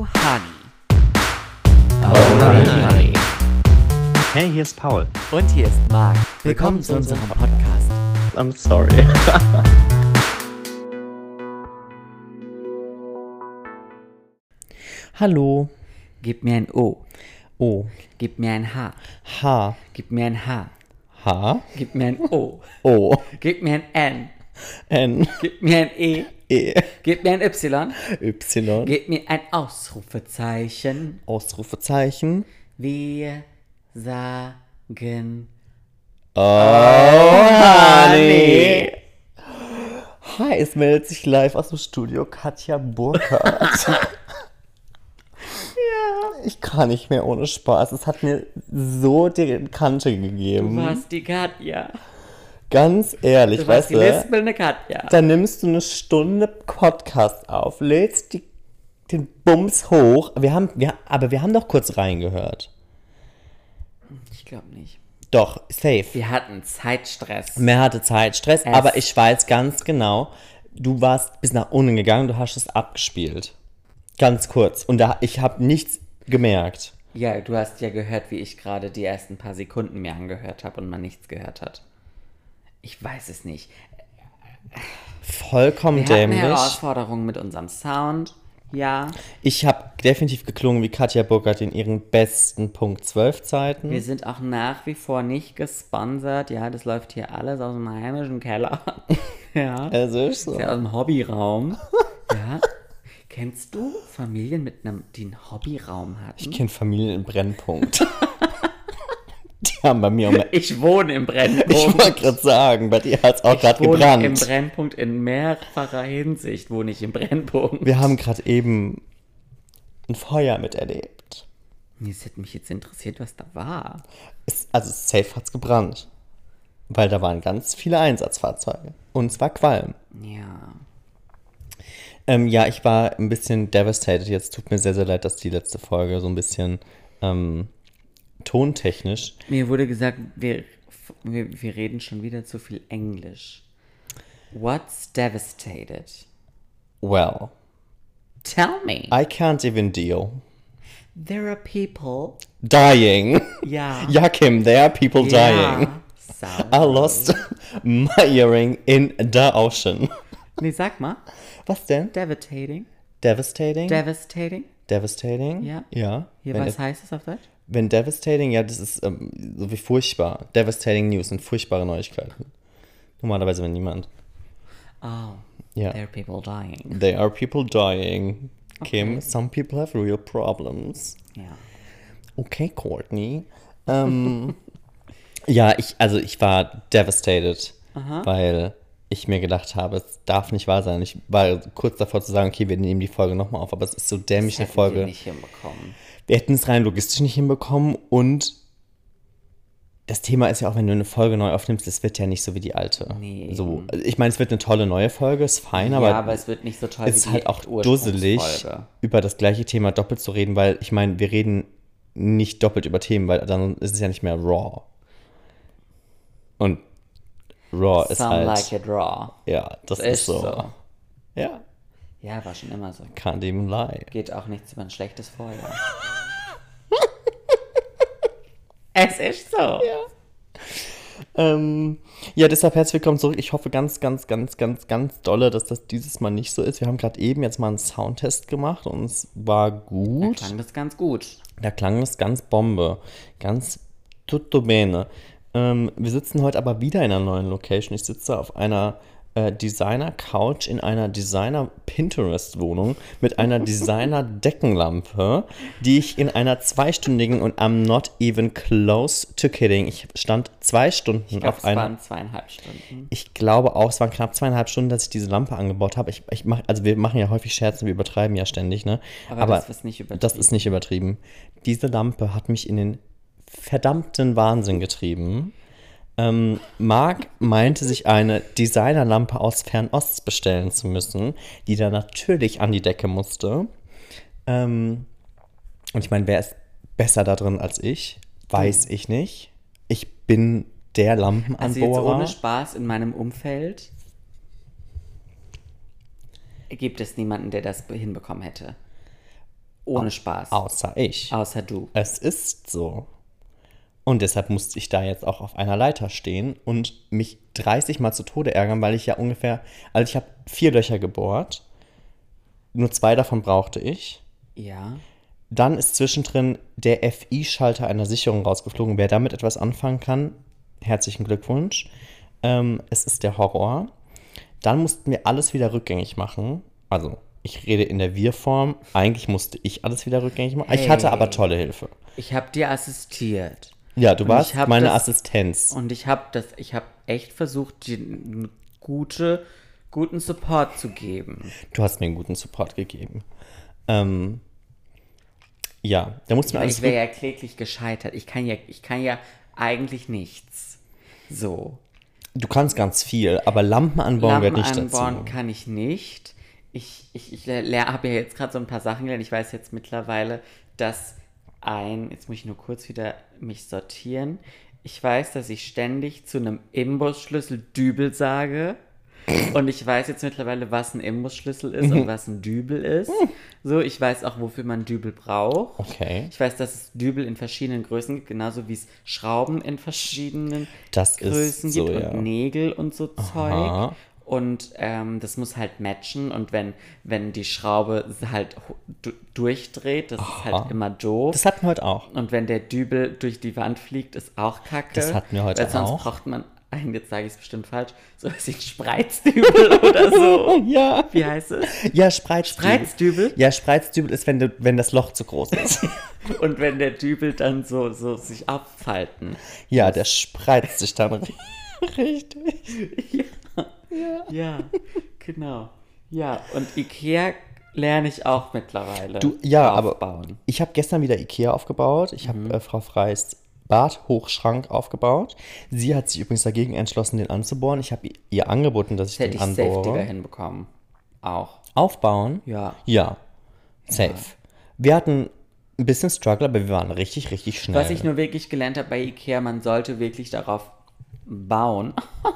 Honey. Honey. Hey, hier ist Paul. Und hier ist Marc. Willkommen zu unserem Podcast. I'm sorry. Hallo. Gib mir ein O. O. Gib mir ein H. H. Gib mir ein H. H. Gib mir ein O. O. Gib mir ein N. N. Gib mir ein E. E. Gib mir ein Y. Y. Gib mir ein Ausrufezeichen. Ausrufezeichen. Wir sagen Honey. Hi, es meldet sich live aus dem Studio Katja Burkhardt. Ja. Ich kann nicht mehr ohne Spaß. Es hat mir so die Kante gegeben. Du warst die Katja. Ganz ehrlich, Du warst weißt du, die lispelnde Katja. dann nimmst du eine Stunde Podcast auf, lädst den Bums hoch. Aber wir haben doch kurz reingehört. Ich glaube nicht. Doch, safe. Wir hatten Zeitstress. Mehr hatte Zeitstress, aber ich weiß ganz genau, du warst bis nach unten gegangen, du hast es abgespielt. Ganz kurz. Und ich habe nichts gemerkt. Ja, du hast ja gehört, wie ich gerade die ersten paar Sekunden mir angehört habe und man nichts gehört hat. Ich weiß es nicht. Vollkommen Wir hatten dämlich. Herausforderungen mit unserem Sound. Ja. Ich habe definitiv geklungen wie Katja Burkhardt in ihren besten Punkt 12 Zeiten. Wir sind auch nach wie vor nicht gesponsert. Ja, das läuft hier alles aus dem heimischen Keller. Ja. Es ist so. Ja, aus dem Hobbyraum. Ja. Kennst du Familien die einen Hobbyraum hatten? Ich kenne Familien im Brennpunkt. Die haben bei mir Ich wohne im Brennpunkt. Ich wollte gerade sagen, bei dir hat es auch gerade gebrannt. Im Brennpunkt in mehrfacher Hinsicht wohne ich im Brennpunkt. Wir haben gerade eben ein Feuer miterlebt. Es hätte mich jetzt interessiert, was da war. Safe hat es gebrannt. Weil da waren ganz viele Einsatzfahrzeuge. Und es war Qualm. Ja. Ja, ich war ein bisschen devastated. Jetzt tut mir sehr, sehr leid, dass die letzte Folge so ein bisschen tontechnisch. Mir wurde gesagt, wir reden schon wieder zu viel Englisch. What's devastated? Well, Tell me. I can't even deal. There are people. Dying. Ja. Ja, Kim, there are people dying. So. I lost my earring in the ocean. Nee, sag mal. Was denn? Devastating. Devastating? Devastating. Devastating? Ja. Ja. Hier, was heißt es auf Deutsch? Wenn devastating, ja, das ist so wie furchtbar. Devastating News sind furchtbare Neuigkeiten. Normalerweise, wenn niemand. Oh. Ja. There are people dying. There are people dying. Kim, Okay. some people have real problems. Ja. Okay, Courtney. Ja, ich war devastated, weil ich mir gedacht habe, es darf nicht wahr sein. Ich war kurz davor zu sagen, okay, wir nehmen die Folge nochmal auf, aber es ist so dämlich eine Das hätten Folge. wir nicht hinbekommen. Wir hätten es rein logistisch nicht hinbekommen und das Thema ist ja auch, wenn du eine Folge neu aufnimmst, das wird ja nicht so wie die alte. Nee. So, ich meine, es wird eine tolle neue Folge, ist fein, aber es wird nicht so toll es wie ist die halt auch dusselig, Ursprungsfolge. über das gleiche Thema doppelt zu reden, weil ich meine, wir reden nicht doppelt über Themen, weil dann ist es ja nicht mehr raw. Und raw ist Some halt, like it raw. ja, das ist so. Ja, Ja, war schon immer so. can't even lie. Geht auch nichts über ein schlechtes Vorjahr. Es ist so. Ja, deshalb herzlich willkommen zurück. Ich hoffe ganz, ganz, ganz, ganz, ganz dolle, dass das dieses Mal nicht so ist. Wir haben gerade eben jetzt mal einen Soundtest gemacht und es war gut. Da klang das ganz gut. Da klang es ganz Bombe. Ganz tutto bene. Wir sitzen heute aber wieder in einer neuen Location. Ich sitze auf einer Designer-Couch in einer Designer-Pinterest-Wohnung mit einer Designer-Deckenlampe, die ich in einer zweistündigen und I'm not even close to kidding. Ich stand 2 Stunden Ich glaube, auf es einer. waren 2,5 Stunden. Ich glaube auch, es waren knapp 2,5 Stunden, dass ich diese Lampe angebaut habe. Wir machen ja häufig Scherze, wir übertreiben ja ständig, ne? Aber das ist nicht übertrieben. Das ist nicht übertrieben. Diese Lampe hat mich in den verdammten Wahnsinn getrieben. Marc meinte, sich eine Designerlampe aus Fernost bestellen zu müssen, die dann natürlich an die Decke musste. Und ich meine, wer ist besser da drin als ich? Weiß ich nicht. Ich bin der Lampenanbohrer. Also jetzt ohne Spaß, in meinem Umfeld gibt es niemanden, der das hinbekommen hätte. Ohne Spaß. Außer ich. Außer du. Es ist so. Und deshalb musste ich da jetzt auch auf einer Leiter stehen und mich 30 Mal zu Tode ärgern, weil ich ja ungefähr, also ich habe 4 Löcher gebohrt, nur 2 davon brauchte ich. Ja. Dann ist zwischendrin der FI-Schalter einer Sicherung rausgeflogen. Wer damit etwas anfangen kann, herzlichen Glückwunsch. Es ist der Horror. Dann mussten wir alles wieder rückgängig machen. Also, ich rede in der Wir-Form. Eigentlich musste ich alles wieder rückgängig machen. Ich hatte aber tolle Hilfe. Ich habe dir assistiert. Ja, du Und warst ich hab meine das- Assistenz. Und ich habe echt versucht, dir einen guten Support zu geben. Du hast mir einen guten Support gegeben. Ja, da mussten wir alles Ich wäre ja kläglich gescheitert. Ich kann ja eigentlich nichts. So. Du kannst ganz viel, aber Lampen anbauen gehört nicht Lampen anbauen dazu. kann ich nicht. Ich habe ja jetzt gerade so ein paar Sachen gelernt. Ich weiß jetzt mittlerweile, dass jetzt muss ich nur kurz wieder mich sortieren. Ich weiß, dass ich ständig zu einem Imbusschlüssel Dübel sage. Und ich weiß jetzt mittlerweile, was ein Imbusschlüssel ist und was ein Dübel ist. So, ich weiß auch, wofür man Dübel braucht. Okay. Ich weiß, dass es Dübel in verschiedenen Größen gibt, genauso wie es Schrauben in verschiedenen Das ist Größen so, gibt ja. und Nägel und so Zeug. Aha. Und das muss halt matchen. Und wenn die Schraube halt durchdreht, das ist halt immer doof. Das hatten wir heute auch. Und wenn der Dübel durch die Wand fliegt, ist auch kacke. Das hatten wir heute weil sonst auch. braucht man jetzt sage ich es bestimmt falsch, so was wie ein Spreizdübel oder so. Ja. Wie heißt es? Ja, Spreizdübel. Spreizdübel? Ja, Spreizdübel ist, wenn das Loch zu groß ist. Und wenn der Dübel dann so sich abfalten. Ja, der spreizt sich dann richtig. Ja, genau. Ja, und Ikea lerne ich auch mittlerweile aber aufbauen. ich habe gestern wieder Ikea aufgebaut. Ich habe Frau Freys Badhochschrank aufgebaut. Sie hat sich übrigens dagegen entschlossen, den anzubohren. Ich habe ihr angeboten, dass ich Das hätte den ich safetiger anbohre. hinbekommen. Auch. Aufbauen? Ja. Ja, safe. Wir hatten ein bisschen Struggle, aber wir waren richtig, richtig schnell. Was ich nur wirklich gelernt habe bei Ikea, man sollte wirklich darauf bauen,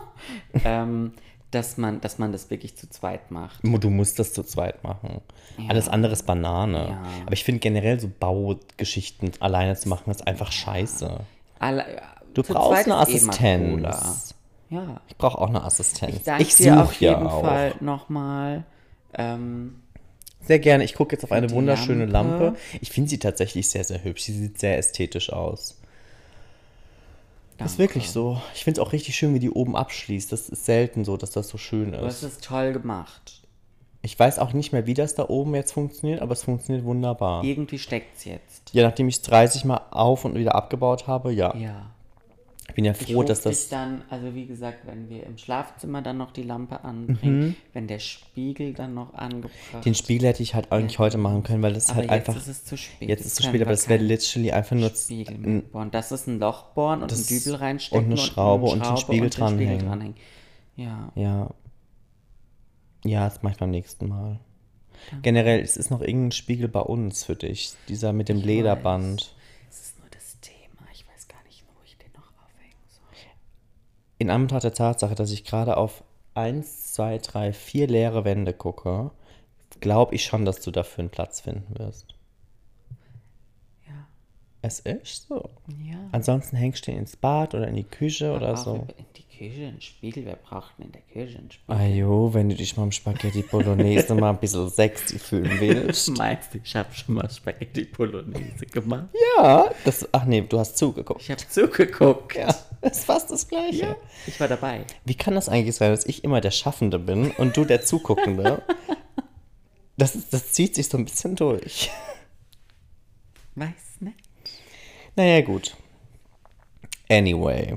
dass man das wirklich zu zweit macht. Du musst das zu zweit machen. Alles andere ist Banane. Ja. Aber ich finde generell so Baugeschichten alleine zu machen, ist einfach scheiße. Du Zu brauchst zweit eine ist mal cooler. Assistenz. Ja. Ich brauche auch eine Assistenz. Ich danke dir suche auf jeden ja auch. Fall nochmal. Sehr gerne. Ich gucke jetzt auf eine die wunderschöne Lampe. Lampe. Ich finde sie tatsächlich sehr, sehr hübsch. Sie sieht sehr ästhetisch aus. Das ist wirklich so. Ich finde es auch richtig schön, wie die oben abschließt. Das ist selten so, dass das so schön Du hast ist. es toll gemacht. Ich weiß auch nicht mehr, wie das da oben jetzt funktioniert, aber es funktioniert wunderbar. Irgendwie steckt es jetzt. Ja, nachdem ich es 30 Mal auf und wieder abgebaut habe, ja. Ja. Ich bin ja Ich froh, rufe dass dich das... dann, also wie gesagt, wenn wir im Schlafzimmer dann noch die Lampe anbringen, wenn der Spiegel dann noch angebracht Den Spiegel hätte ich halt eigentlich heute machen können, weil das ist aber halt jetzt einfach... ist es zu spät. Jetzt ist es zu spät, aber das wäre literally einfach nur... Spiegel mehr bohren. Das ist ein Loch bohren und ein Dübel reinstecken und eine Schraube und den Spiegel dranhängen. Ja. Ja. Ja, das mache ich beim nächsten Mal. Generell, es ist noch irgendein Spiegel bei uns für dich. Dieser mit dem Lederband. Es ist nur das Thema. Ich weiß gar nicht, wo ich den noch aufhängen soll. In Anbetracht der Tatsache, dass ich gerade auf 1, 2, 3, 4 leere Wände gucke, glaube ich schon, dass du dafür einen Platz finden wirst. Ja. Es ist so. Ja. Ansonsten hängst du den ins Bad oder in die Küche oder Auch so. in die Küche einen Spiegel. Wer braucht denn in der Küche einen Spiegel? Ajo, wenn du dich mal im Spaghetti Bolognese mal ein bisschen sexy fühlen willst. Meinst du, ich habe schon mal Spaghetti Bolognese gemacht? Ja, ach nee, du hast zugeguckt. Ich habe zugeguckt. Ja, das ist fast das Gleiche. Ja, ich war dabei. Wie kann das eigentlich sein, dass ich immer der Schaffende bin und du der Zuguckende? Das zieht sich so ein bisschen durch. Weiß nicht. Naja, gut. Anyway.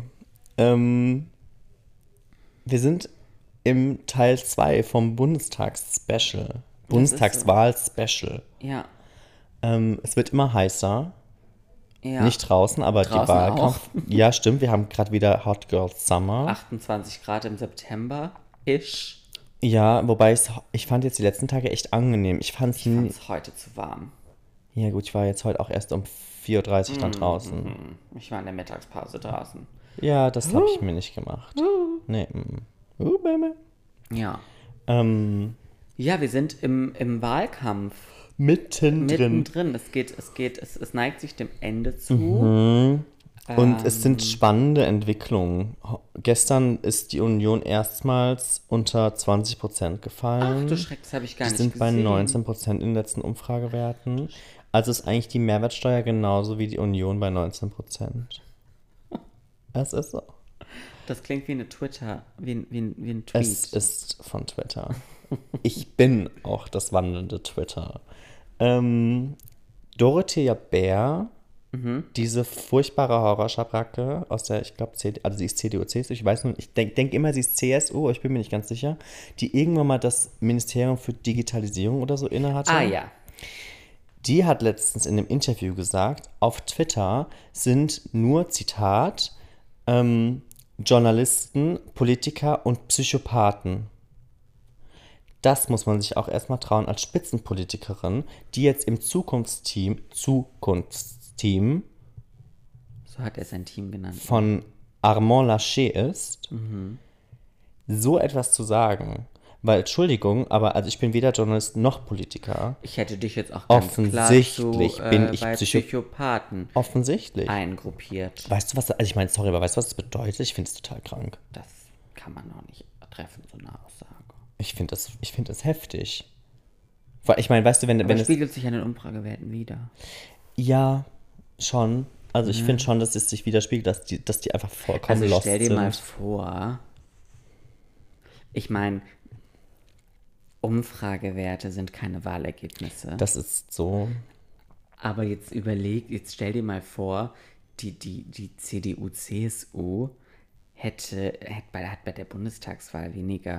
Wir sind im Teil 2 vom Bundestags-Special. Bundestagswahl-Special. Ja. Es wird immer heißer. Ja. Nicht draußen, aber Draußen die Wahl auch. kommt. Ja, stimmt. Wir haben gerade wieder Hot Girls Summer. 28 Grad im September. Ish. Ja, wobei ich fand jetzt die letzten Tage echt angenehm. Ich fand Ich fand es heute zu warm. Ja gut, ich war jetzt heute auch erst um 4.30 Uhr dann draußen. Ich war in der Mittagspause draußen. Ja, das habe ich mir nicht gemacht. Nee. Baby. Ja. Ja, wir sind im Wahlkampf. Mittendrin. Mittendrin. Es neigt sich dem Ende zu. Und es sind spannende Entwicklungen. Gestern ist die Union erstmals unter 20% gefallen. Ach du Schreck, das habe ich gar Die nicht sind bei gesehen. 19% in den letzten Umfragewerten. Also ist eigentlich die Mehrwertsteuer genauso wie die Union bei 19%. Es ist so. Das klingt wie eine wie ein Tweet. Es ist von Twitter. Ich bin auch das wandelnde Twitter. Dorothea Bär, diese furchtbare Horrorschabracke aus der, ich glaube, also sie ist CDU, CSU, ich weiß nicht, ich denk immer, sie ist CSU, aber ich bin mir nicht ganz sicher, die irgendwann mal das Ministerium für Digitalisierung oder so innehatte. Ah ja. Die hat letztens in einem Interview gesagt, auf Twitter sind nur, Zitat, Journalisten, Politiker und Psychopathen. Das muss man sich auch erstmal trauen als Spitzenpolitikerin, die jetzt im Zukunftsteam So hat er sein Team genannt. von Armand Laschet ist, so etwas zu sagen. Weil, Entschuldigung, aber also ich bin weder Journalist noch Politiker. Ich hätte dich jetzt auch ganz Offensichtlich klar bin ich bei Psychopathen Offensichtlich. eingruppiert. Weißt du was, also ich meine, sorry, aber weißt du, was das bedeutet? Ich finde es total krank. Das kann man noch nicht treffen, so eine Aussage. Ich finde das heftig. Weil, ich meine, weißt du, wenn Aber es... spiegelt sich an den Umfragewerten wieder. Ja, schon. Also ich finde schon, dass es sich widerspiegelt, dass die einfach vollkommen Also lost stell dir sind. mal vor, ich meine, Umfragewerte sind keine Wahlergebnisse. Das ist so. Aber jetzt stell dir mal vor, die CDU, CSU hat bei der Bundestagswahl weniger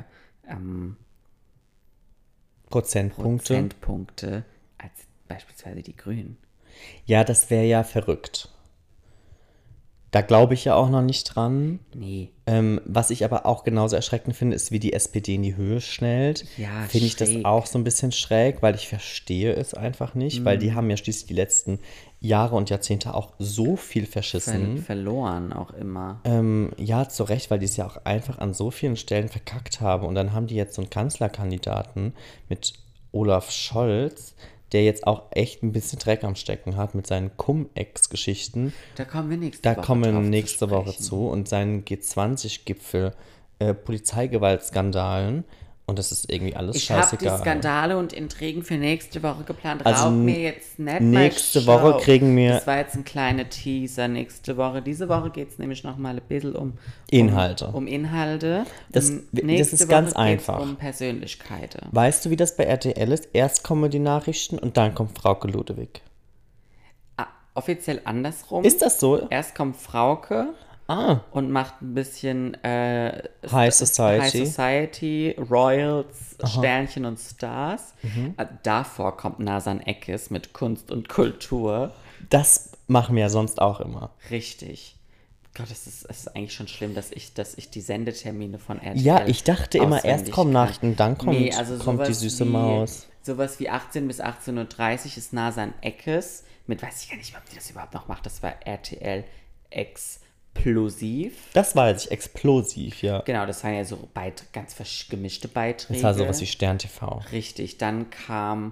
Prozentpunkte als beispielsweise die Grünen. Ja, das wäre ja verrückt. Da glaube ich ja auch noch nicht dran. Nee. Was ich aber auch genauso erschreckend finde, ist, wie die SPD in die Höhe schnellt. Ja, Finde ich das schräg. auch so ein bisschen schräg, weil ich verstehe es einfach nicht, weil die haben ja schließlich die letzten Jahre und Jahrzehnte auch so viel verschissen. Verloren auch immer. Ja, zu Recht, weil die es ja auch einfach an so vielen Stellen verkackt haben. Und dann haben die jetzt so einen Kanzlerkandidaten mit Olaf Scholz, der jetzt auch echt ein bisschen Dreck am Stecken hat mit seinen Cum-Ex-Geschichten. Da kommen wir nächste Da Woche kommen wir drauf nächste Woche sprechen. zu und seinen G20-Gipfel, Polizeigewaltskandalen und das ist irgendwie alles Ich habe die scheißegal. Skandale und Intrigen für nächste Woche geplant. Also Raub mir jetzt nicht nächste mal Woche Schau. kriegen wir- Das war jetzt ein kleiner Teaser. Nächste Woche. Diese Woche geht es nämlich noch mal ein bisschen um Inhalte. Um Inhalte. Das Nächste ist Woche ganz geht's einfach. um Persönlichkeiten. Weißt du, wie das bei RTL ist? Erst kommen die Nachrichten und dann kommt Frauke Ludewig. Offiziell andersrum. Ist das so? Erst kommt Frauke und macht ein bisschen High Society. High Society, Royals, Sternchen und Stars. Davor kommt Nasan Eckes mit Kunst und Kultur. Das machen wir ja sonst auch immer. Richtig. Gott, es ist eigentlich schon schlimm, dass ich die Sendetermine von RTL Ja, ich dachte immer, erst auswendig kommen kann. Nachrichten, dann kommt die sowas süße Maus. Sowas wie 18 bis 18:30 Uhr ist Nasan Eckes mit, weiß ich gar nicht, ob die das überhaupt noch macht, das war RTL Explosiv. Das war jetzt explosiv, ja. Genau, das waren ja so ganz gemischte Beiträge. Das war sowas wie Stern TV. Richtig, dann kam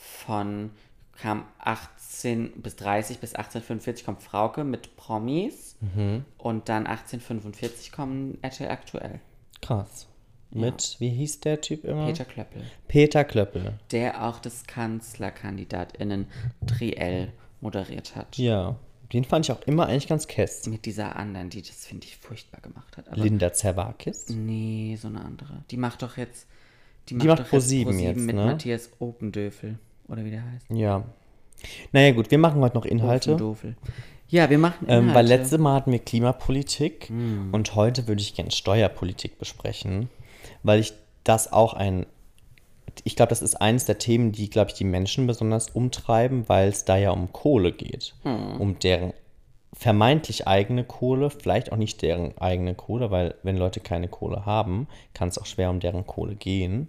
18 bis 30 bis 18:45 kommt Frauke mit Promis und dann 18:45 kommen RTL aktuell. Krass. Mit, wie hieß der Typ immer? Peter Klöppel, Peter Klöppel. der auch das KanzlerkandidatInnen-Triell moderiert hat. Ja, den fand ich auch immer eigentlich ganz kess. Mit dieser anderen, die das, finde ich, furchtbar gemacht hat. Aber Linda Zerwakis. nee, so eine andere. Die macht doch jetzt macht ProSieben jetzt, mit ne? Matthias Opendöfel. Oder wie der heißt. Ja. Naja gut, wir machen heute noch Inhalte. Opendöfel. Ja, wir machen Inhalte. Weil letztes Mal hatten wir Klimapolitik und heute würde ich gerne Steuerpolitik besprechen, weil ich das auch ich glaube, das ist eines der Themen, die, glaube ich, die Menschen besonders umtreiben, weil es da ja um Kohle geht. Um deren vermeintlich eigene Kohle, vielleicht auch nicht deren eigene Kohle, weil wenn Leute keine Kohle haben, kann es auch schwer um deren Kohle gehen.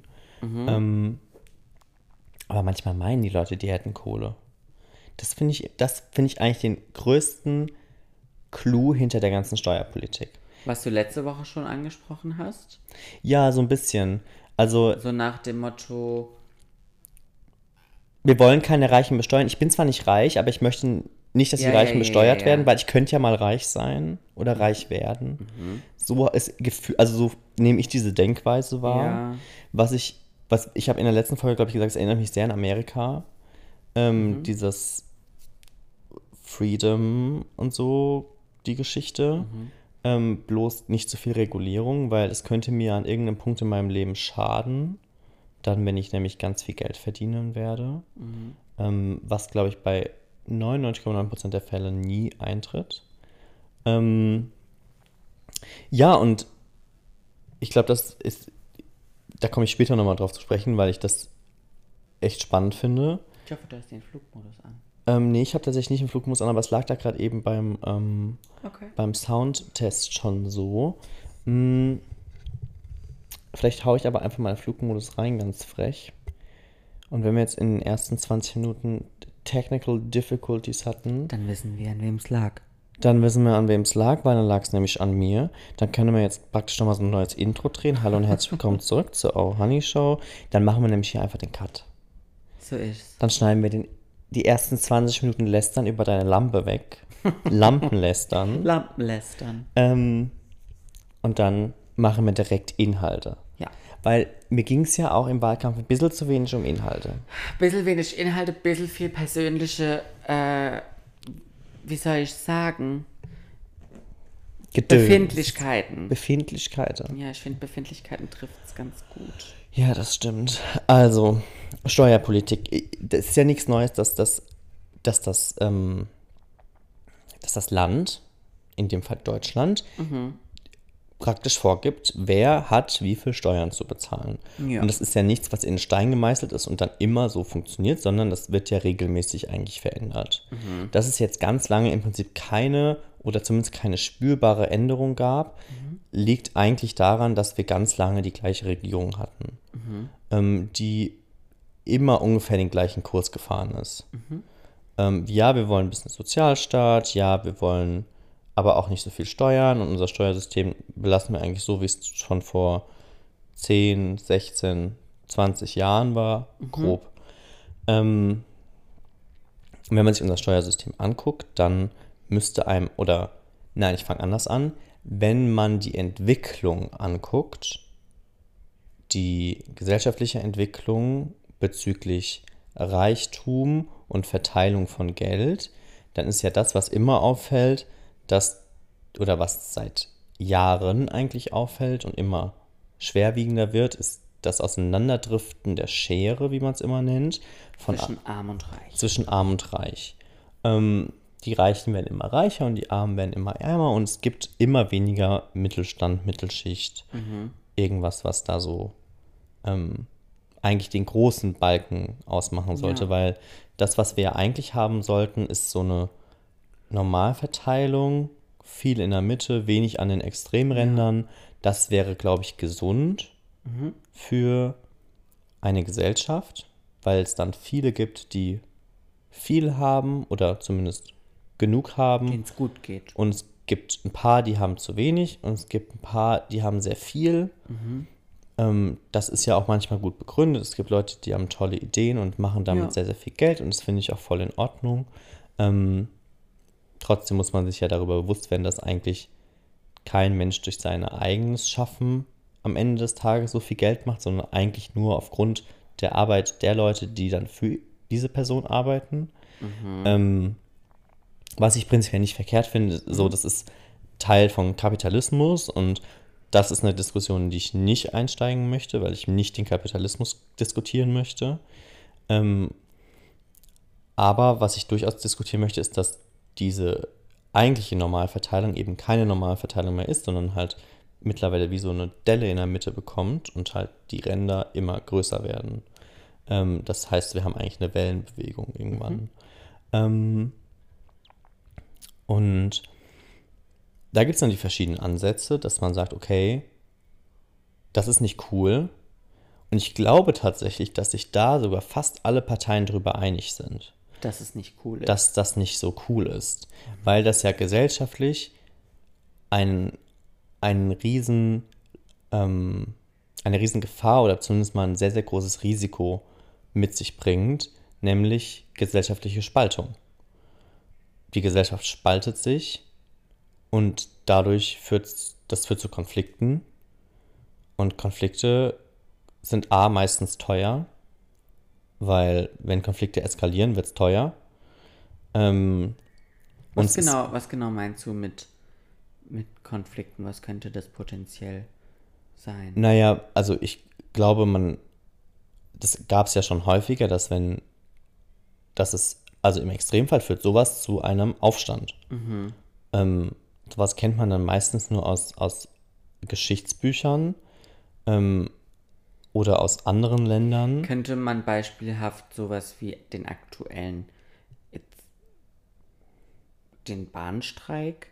Aber manchmal meinen die Leute, die hätten Kohle. Das finde ich eigentlich den größten Clou hinter der ganzen Steuerpolitik. Was du letzte Woche schon angesprochen hast. Ja, so ein bisschen. Also So nach dem Motto, wir wollen keine Reichen besteuern. Ich bin zwar nicht reich, aber ich möchte nicht, dass die Reichen besteuert werden, weil ich könnte ja mal reich sein oder reich werden. So ist Gefühl, also so nehme ich diese Denkweise wahr. Ja. Was ich habe in der letzten Folge, glaube ich, gesagt, es erinnert mich sehr an Amerika. Dieses Freedom und so, die Geschichte. Bloß nicht zu viel Regulierung, weil es könnte mir an irgendeinem Punkt in meinem Leben schaden. Dann, wenn ich nämlich ganz viel Geld verdienen werde. Was, glaube ich, bei 99,9% der Fälle nie eintritt. Ja, und ich glaube, da komme ich später nochmal drauf zu sprechen, weil ich das echt spannend finde. Ich hoffe, du hast den Flugmodus an. Nee, ich habe tatsächlich nicht einen Flugmodus an, aber es lag da gerade eben beim Soundtest schon so. Vielleicht haue ich aber einfach mal den Flugmodus rein, ganz frech. Und wenn wir jetzt in den ersten 20 Minuten Technical Difficulties hatten, Dann wissen wir, an wem es lag. dann wissen wir, an wem es lag, weil dann lag es nämlich an mir. Dann können wir jetzt praktisch nochmal so ein neues Intro drehen. Hallo und herzlich willkommen zurück zur Oh Honey Show. Dann machen wir nämlich hier einfach den Cut. So ist's. Dann schneiden wir die ersten 20 Minuten Lästern über deine Lampe weg. Lampenlästern. Lampenlästern. Und dann machen wir direkt Inhalte. Ja. Weil mir ging es ja auch im Wahlkampf ein bisschen zu wenig um Inhalte. Bisschen wenig Inhalte, bisschen viel persönliche, wie soll ich sagen, Gedöns. Befindlichkeiten. Ja, ich finde, Befindlichkeiten trifft es ganz gut. Ja, das stimmt. Also, Steuerpolitik. Das ist ja nichts Neues, dass das Land, in dem Fall Deutschland, praktisch vorgibt, wer hat wie viel Steuern zu bezahlen. Ja. Und das ist ja nichts, was in Stein gemeißelt ist und dann immer so funktioniert, sondern das wird ja regelmäßig eigentlich verändert. Dass es jetzt ganz lange im Prinzip keine oder zumindest keine spürbare Änderung gab, liegt eigentlich daran, dass wir ganz lange die gleiche Regierung hatten, die immer ungefähr den gleichen Kurs gefahren ist. Ja, wir wollen ein bisschen Sozialstaat, ja, wir wollen aber auch nicht so viel Steuern und unser Steuersystem belassen wir eigentlich so, wie es schon vor 10, 16, 20 Jahren war, grob. Wenn man sich unser Steuersystem anguckt, dann müsste einem, ich fange anders an, wenn man die Entwicklung anguckt, die gesellschaftliche Entwicklung bezüglich Reichtum und Verteilung von Geld, dann ist ja das, was immer auffällt, was seit Jahren eigentlich auffällt und immer schwerwiegender wird, ist das Auseinanderdriften der Schere, wie man es immer nennt, Zwischen Arm und Reich. Zwischen Arm und Reich. Die Reichen werden immer reicher und die Armen werden immer ärmer und es gibt immer weniger Mittelstand, Mittelschicht, irgendwas, was da so eigentlich den großen Balken ausmachen sollte, weil das, was wir ja eigentlich haben sollten, ist so eine Normalverteilung, viel in der Mitte, wenig an den Extremrändern. Das wäre, glaube ich, gesund für eine Gesellschaft, weil es dann viele gibt, die viel haben oder zumindest genug haben. Denen es gut geht. Und es gibt ein paar, die haben zu wenig und es gibt ein paar, die haben sehr viel. Das ist ja auch manchmal gut begründet. Es gibt Leute, die haben tolle Ideen und machen damit sehr, sehr viel Geld und das finde ich auch voll in Ordnung. Trotzdem muss man sich ja darüber bewusst werden, dass eigentlich kein Mensch durch sein eigenes Schaffen am Ende des Tages so viel Geld macht, sondern eigentlich nur aufgrund der Arbeit der Leute, die dann für diese Person arbeiten. Was ich prinzipiell nicht verkehrt finde, so das ist Teil von Kapitalismus und das ist eine Diskussion, in die ich nicht einsteigen möchte, weil ich nicht den Kapitalismus diskutieren möchte. Aber was ich durchaus diskutieren möchte, ist, dass diese eigentliche Normalverteilung eben keine Normalverteilung mehr ist, sondern halt mittlerweile wie so eine Delle in der Mitte bekommt und halt die Ränder immer größer werden. Das heißt, wir haben eigentlich eine Wellenbewegung irgendwann. Und da gibt es dann die verschiedenen Ansätze, dass man sagt, okay, das ist nicht cool. Und ich glaube tatsächlich, dass sich da sogar fast alle Parteien darüber einig sind. Dass es nicht cool ist. Dass das nicht so cool ist. Weil das ja gesellschaftlich einen riesen eine riesen Gefahr oder zumindest mal ein sehr, sehr großes Risiko mit sich bringt, nämlich gesellschaftliche Spaltung. Die Gesellschaft spaltet sich und dadurch führt zu Konflikten. Und Konflikte sind meistens teuer, weil wenn Konflikte eskalieren, wird es teuer. Was genau meinst du mit Konflikten? Was könnte das potenziell sein? Naja, also ich glaube, das gab es ja schon häufiger, dass also im Extremfall führt sowas zu einem Aufstand. Sowas kennt man dann meistens nur aus Geschichtsbüchern oder aus anderen Ländern. Könnte man beispielhaft sowas wie den aktuellen, den Bahnstreik?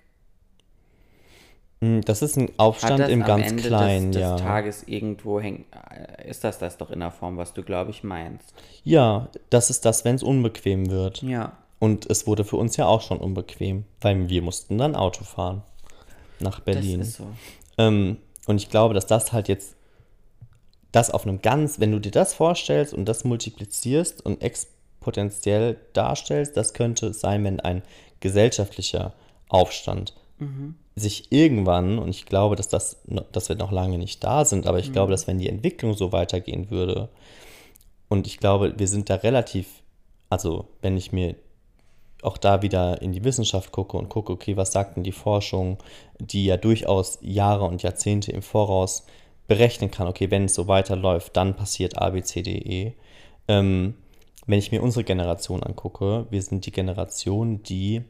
Das ist ein Aufstand im ganz Ende Kleinen, des ja. Tages irgendwo ist das doch in der Form, was du, glaube ich, meinst. Ja, das ist das, wenn es unbequem wird. Ja. Und es wurde für uns ja auch schon unbequem, weil wir mussten dann Auto fahren nach Berlin. Das ist so. Und ich glaube, dass das halt jetzt, das auf einem wenn du dir das vorstellst und das multiplizierst und exponentiell darstellst, das könnte es sein, wenn ein gesellschaftlicher Aufstand sich irgendwann, und ich glaube, dass wir noch lange nicht da sind, aber ich glaube, dass wenn die Entwicklung so weitergehen würde, und ich glaube, wir sind da also wenn ich mir auch da wieder in die Wissenschaft gucke, okay, was sagt denn die Forschung, die ja durchaus Jahre und Jahrzehnte im Voraus berechnen kann, okay, wenn es so weiterläuft, dann passiert A, B, C, D, E. Wenn ich mir unsere Generation angucke, wir sind die Generation, die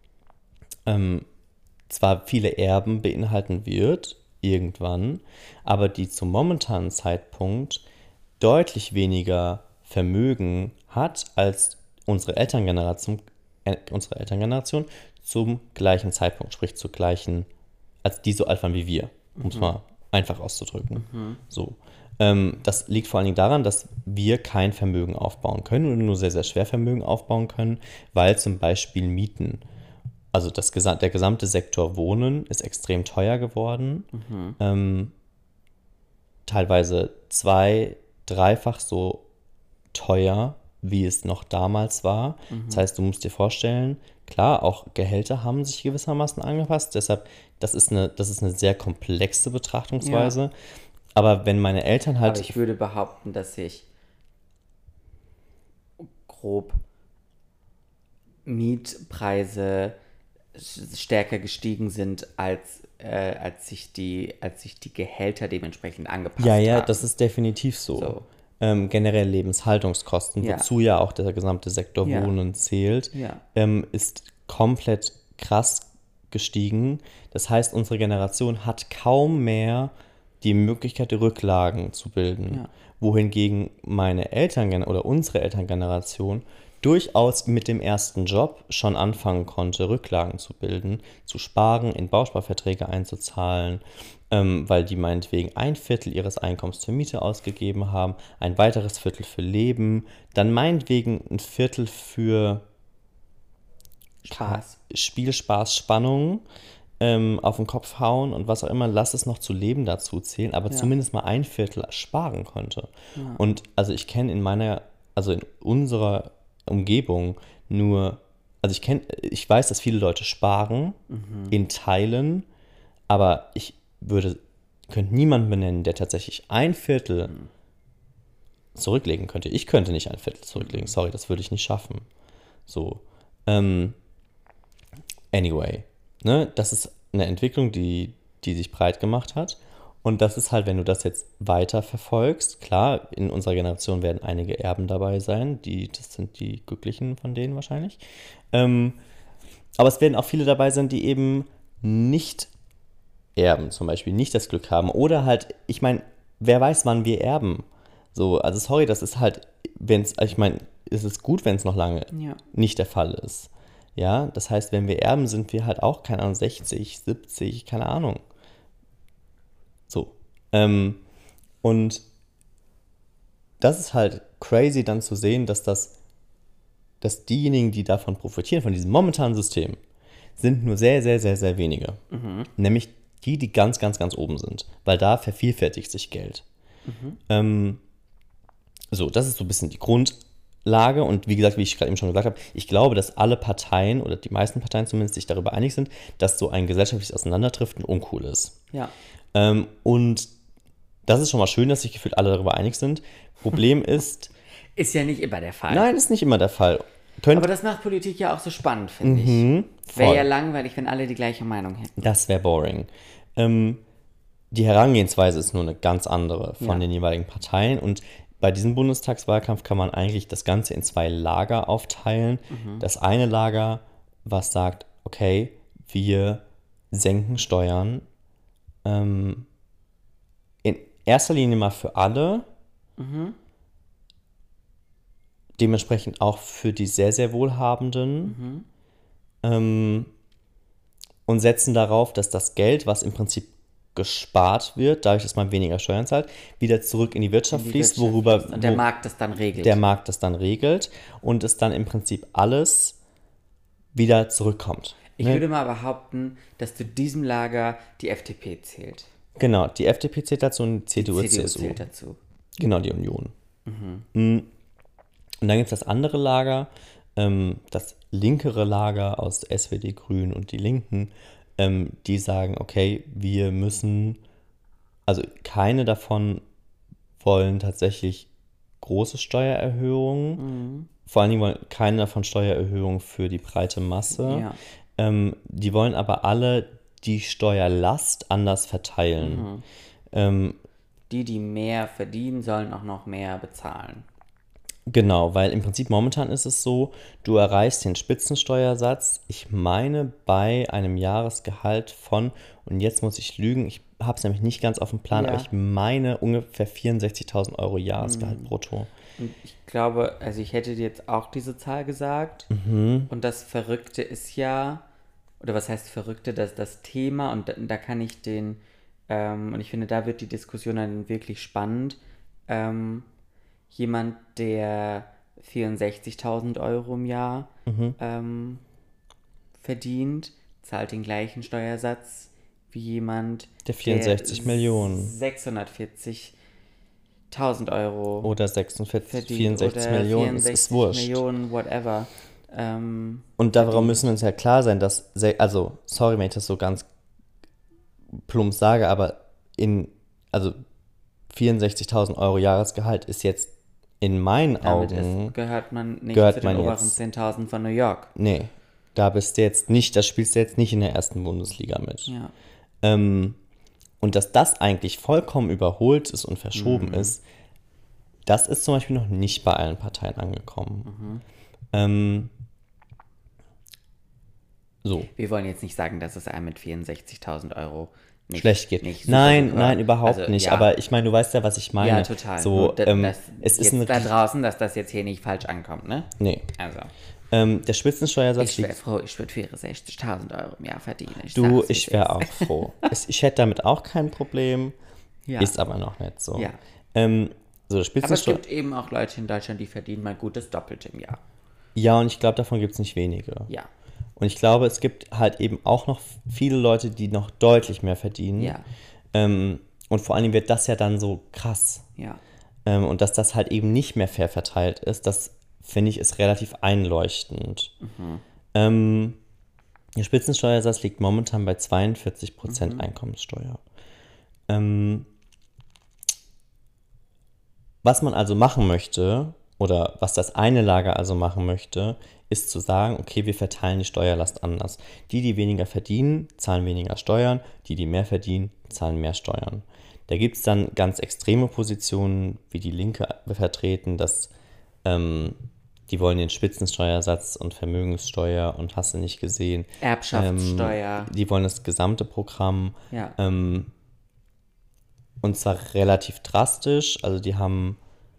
zwar viele Erben beinhalten wird, irgendwann, aber die zum momentanen Zeitpunkt deutlich weniger Vermögen hat als unsere Elterngeneration zum gleichen Zeitpunkt, sprich als die so alt waren wie wir, um es mal einfach auszudrücken. So. Das liegt vor allen Dingen daran, dass wir kein Vermögen aufbauen können oder nur sehr, sehr schwer Vermögen aufbauen können, weil zum Beispiel Mieten, also der gesamte Sektor Wohnen ist extrem teuer geworden. Teilweise 2-, 3-fach so teuer, wie es noch damals war. Das heißt, du musst dir vorstellen, klar, auch Gehälter haben sich gewissermaßen angepasst. Deshalb, das ist eine sehr komplexe Betrachtungsweise. Ja. Aber wenn meine Eltern halt... Aber ich würde behaupten, dass sich grob Mietpreise stärker gestiegen sind, als sich die Gehälter dementsprechend angepasst haben. Ja, das ist definitiv so. Generell Lebenshaltungskosten, wozu ja auch der gesamte Sektor Wohnen zählt, ist komplett krass gestiegen. Das heißt, unsere Generation hat kaum mehr die Möglichkeit, Rücklagen zu bilden. Wohingegen unsere Elterngeneration durchaus mit dem ersten Job schon anfangen konnte, Rücklagen zu bilden, zu sparen, in Bausparverträge einzuzahlen, weil die meinetwegen 1/4 ihres Einkommens für Miete ausgegeben haben, ein weiteres Viertel für Leben, dann meinetwegen 1/4 für Spiel, Spaß, Spannung, auf den Kopf hauen und was auch immer, lass es noch zu Leben dazu zählen, aber zumindest mal 1/4 sparen konnte. Und also ich kenne in unserer Umgebung ich weiß, dass viele Leute sparen in Teilen, aber ich könnte niemanden benennen, der tatsächlich 1/4 zurücklegen könnte. Ich könnte nicht 1/4 zurücklegen, sorry, das würde ich nicht schaffen. So, anyway, ne, das ist eine Entwicklung, die sich breit gemacht hat. Und das ist halt, wenn du das jetzt weiter verfolgst, klar, in unserer Generation werden einige Erben dabei sein, das sind die Glücklichen von denen wahrscheinlich. Aber es werden auch viele dabei sein, die eben nicht erben, zum Beispiel nicht das Glück haben. Oder halt, ich meine, wer weiß, wann wir erben. So, also sorry, das ist halt, es ist gut, wenn es noch lange nicht der Fall ist. Ja, das heißt, wenn wir erben, sind wir halt auch, keine Ahnung, 60, 70, keine Ahnung. So. Und das ist halt crazy dann zu sehen, dass diejenigen, die davon profitieren, von diesem momentanen System, sind nur sehr, sehr, sehr, sehr wenige. Nämlich die ganz, ganz, ganz oben sind. Weil da vervielfältigt sich Geld. So, das ist so ein bisschen die Grundlage. Und wie gesagt, wie ich gerade eben schon gesagt habe, ich glaube, dass alle Parteien oder die meisten Parteien zumindest sich darüber einig sind, dass so ein gesellschaftliches Auseinanderdriften uncool ist. Ja. Und das ist schon mal schön, dass sich gefühlt alle darüber einig sind. Problem ist, Ist ja nicht immer der Fall. nein, ist nicht immer der Fall. Aber das macht Politik ja auch so spannend, finde ich. Wäre voll. ja langweilig, wenn alle die gleiche Meinung hätten. Das wäre boring. Die Herangehensweise ist nur eine ganz andere von Ja. den jeweiligen Parteien. Und bei diesem Bundestagswahlkampf kann man eigentlich das Ganze in 2 Lager aufteilen. Das eine Lager, was sagt, okay, wir senken Steuern in erster Linie mal für alle, dementsprechend auch für die sehr, sehr Wohlhabenden, und setzen darauf, dass das Geld, was im Prinzip gespart wird, dadurch, dass man weniger Steuern zahlt, wieder zurück in die Wirtschaft fließt, worüber Und der Markt das dann regelt. der Markt das dann regelt und es dann im Prinzip alles wieder zurückkommt. Ich Ne? würde mal behaupten, dass zu diesem Lager die FDP zählt. Genau, die FDP zählt dazu und die CDU, CDU CSU. zählt dazu. Genau, die Union. Und dann gibt es das andere Lager, das linkere Lager aus SPD, Grünen und die Linken, die sagen, okay, wir müssen, also keine davon wollen tatsächlich große Steuererhöhungen, vor allen Dingen wollen keine davon Steuererhöhungen für die breite Masse. Ja. Die wollen aber alle die Steuerlast anders verteilen. Die mehr verdienen, sollen auch noch mehr bezahlen. Genau, weil im Prinzip momentan ist es so, du erreichst den Spitzensteuersatz, ich meine bei einem Jahresgehalt von, und jetzt muss ich lügen, ich habe es nämlich nicht ganz auf dem Plan, Ja. aber ich meine ungefähr 64.000 Euro Jahresgehalt brutto. Und ich glaube, also ich hätte dir jetzt auch diese Zahl gesagt. Und das Verrückte ist ja, oder was heißt Verrückte, dass das Thema, und da kann ich und ich finde, da wird die Diskussion dann wirklich spannend. Jemand, der 64.000 Euro im Jahr verdient, zahlt den gleichen Steuersatz wie jemand, Der 64 Millionen. 640.000 Euro Oder 46, verdient 64 oder Millionen, es 64 ist wurscht. Millionen, whatever. Und darum müssen wir uns ja klar sein, dass, also, sorry, wenn ich das so ganz plump sage, aber also 64.000 Euro Jahresgehalt ist jetzt in meinen Damit Augen, gehört man nicht gehört zu den man oberen jetzt- 10.000 von New York. nee, da bist du jetzt nicht, das spielst du jetzt nicht in der ersten Bundesliga mit. Ja. Und dass das eigentlich vollkommen überholt ist und verschoben ist, das ist zum Beispiel noch nicht bei allen Parteien angekommen. So. Wir wollen jetzt nicht sagen, dass es einem mit 64.000 Euro nicht Schlecht geht. Nicht super, Nein, super. nein, überhaupt Also, nicht. ja. Aber ich meine, du weißt ja, was ich meine. Ja, total. So, Nur, das, es ist jetzt da ein. draußen, dass das jetzt hier nicht falsch ankommt, ne? Nee. Also, Der Spitzensteuersatz ich wäre liegt. froh, ich würde 64.000 Euro im Jahr verdienen. Du, sag's, wie ich es wäre ist. auch froh. Ich hätte damit auch kein Problem. Ja. Ist aber noch nicht so. Ja. So, der Aber es Spitzensteuer. gibt eben auch Leute in Deutschland, die verdienen mal gut das Doppelte im Jahr. Ja, und ich glaube, davon gibt es nicht wenige. Ja. Und ich glaube, es gibt halt eben auch noch viele Leute, die noch deutlich mehr verdienen. Ja. Und vor allen Dingen wird das ja dann so krass. Ja. Und dass das halt eben nicht mehr fair verteilt ist, das finde ich ist relativ einleuchtend. Der Spitzensteuersatz liegt momentan bei 42% Einkommenssteuer. Was man also machen möchte, oder was das eine Lager also machen möchte, ist zu sagen, okay, wir verteilen die Steuerlast anders. Die weniger verdienen, zahlen weniger Steuern, die mehr verdienen, zahlen mehr Steuern. Da gibt es dann ganz extreme Positionen, wie die Linke vertreten, dass die wollen den Spitzensteuersatz und Vermögenssteuer und hast du nicht gesehen. Erbschaftssteuer. Die wollen das gesamte Programm. Ja. Und zwar relativ drastisch. Also die haben,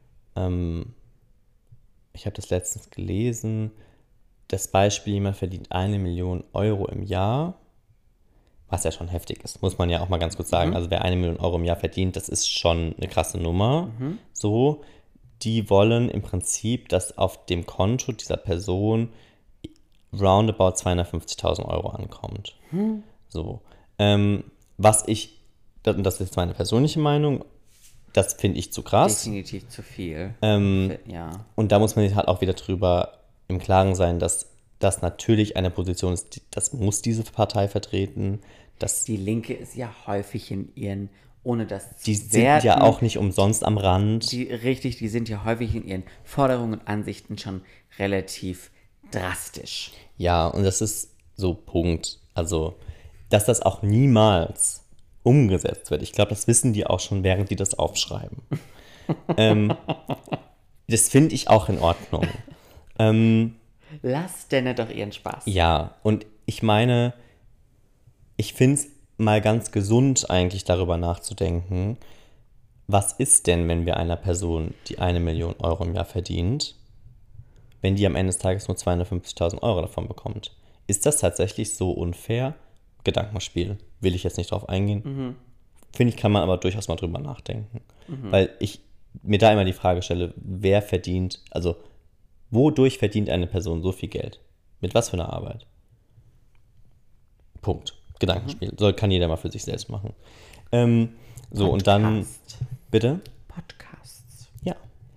ich habe das letztens gelesen, das Beispiel, jemand verdient 1 Million Euro im Jahr, was ja schon heftig ist, muss man ja auch mal ganz kurz sagen. Also wer 1 Million Euro im Jahr verdient, das ist schon eine krasse Nummer. So, die wollen im Prinzip, dass auf dem Konto dieser Person roundabout 250.000 Euro ankommt. So, was ich, und das ist jetzt meine persönliche Meinung, Das finde ich zu krass. Definitiv zu viel. Ja. Und da muss man sich halt auch wieder drüber im Klaren sein, dass das natürlich eine Position ist, das muss diese Partei vertreten. Die Linke ist ja häufig in ihren, ohne das zu Die sind werten, ja auch nicht umsonst am Rand. die sind ja häufig in ihren Forderungen und Ansichten schon relativ drastisch. Ja, und das ist so Punkt. Also, dass das auch niemals umgesetzt wird. Ich glaube, das wissen die auch schon, während die das aufschreiben. Das finde ich auch in Ordnung. Lass denn doch ihren Spaß. Ja, und ich meine, ich finde es mal ganz gesund eigentlich darüber nachzudenken, was ist denn, wenn wir einer Person, die 1 Million Euro im Jahr verdient, wenn die am Ende des Tages nur 250.000 Euro davon bekommt? Ist das tatsächlich so unfair? Gedankenspiel, will ich jetzt nicht drauf eingehen. Finde ich, kann man aber durchaus mal drüber nachdenken. Weil ich mir da immer die Frage stelle, wer verdient, also wodurch verdient eine Person so viel Geld? Mit was für einer Arbeit? Punkt. Gedankenspiel. Kann jeder mal für sich selbst machen. So, und dann. Podcast. Bitte? Podcasts. Ja.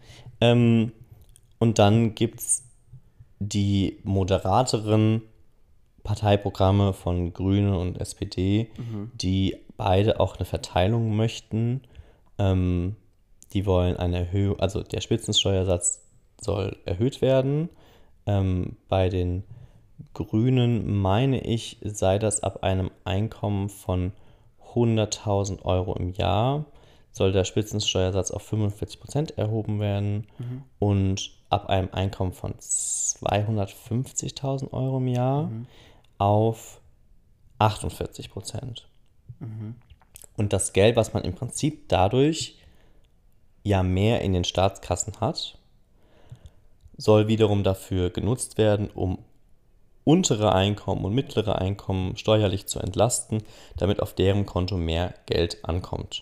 Und dann gibt es die moderateren Parteiprogramme von Grüne und SPD, die beide auch eine Verteilung möchten. Die wollen eine Erhöhung, also der Spitzensteuersatz soll erhöht werden. Bei den Grünen, meine ich, sei das ab einem Einkommen von 100.000 Euro im Jahr, soll der Spitzensteuersatz auf 45% erhoben werden und ab einem Einkommen von 250.000 Euro im Jahr auf 48%. Und das Geld, was man im Prinzip dadurch ja mehr in den Staatskassen hat, soll wiederum dafür genutzt werden, um untere Einkommen und mittlere Einkommen steuerlich zu entlasten, damit auf deren Konto mehr Geld ankommt.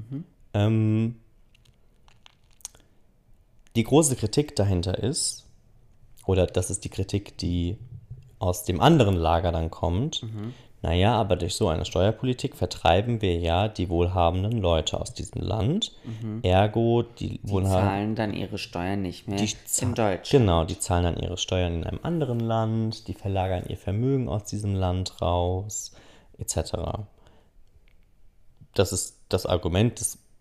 Die große Kritik dahinter ist, oder das ist die Kritik, die aus dem anderen Lager dann kommt, naja, aber durch so eine Steuerpolitik vertreiben wir ja die wohlhabenden Leute aus diesem Land. Ergo, die zahlen dann ihre Steuern nicht mehr in Deutschland. Genau, die zahlen dann ihre Steuern in einem anderen Land, die verlagern ihr Vermögen aus diesem Land raus, etc. Das ist das Argument,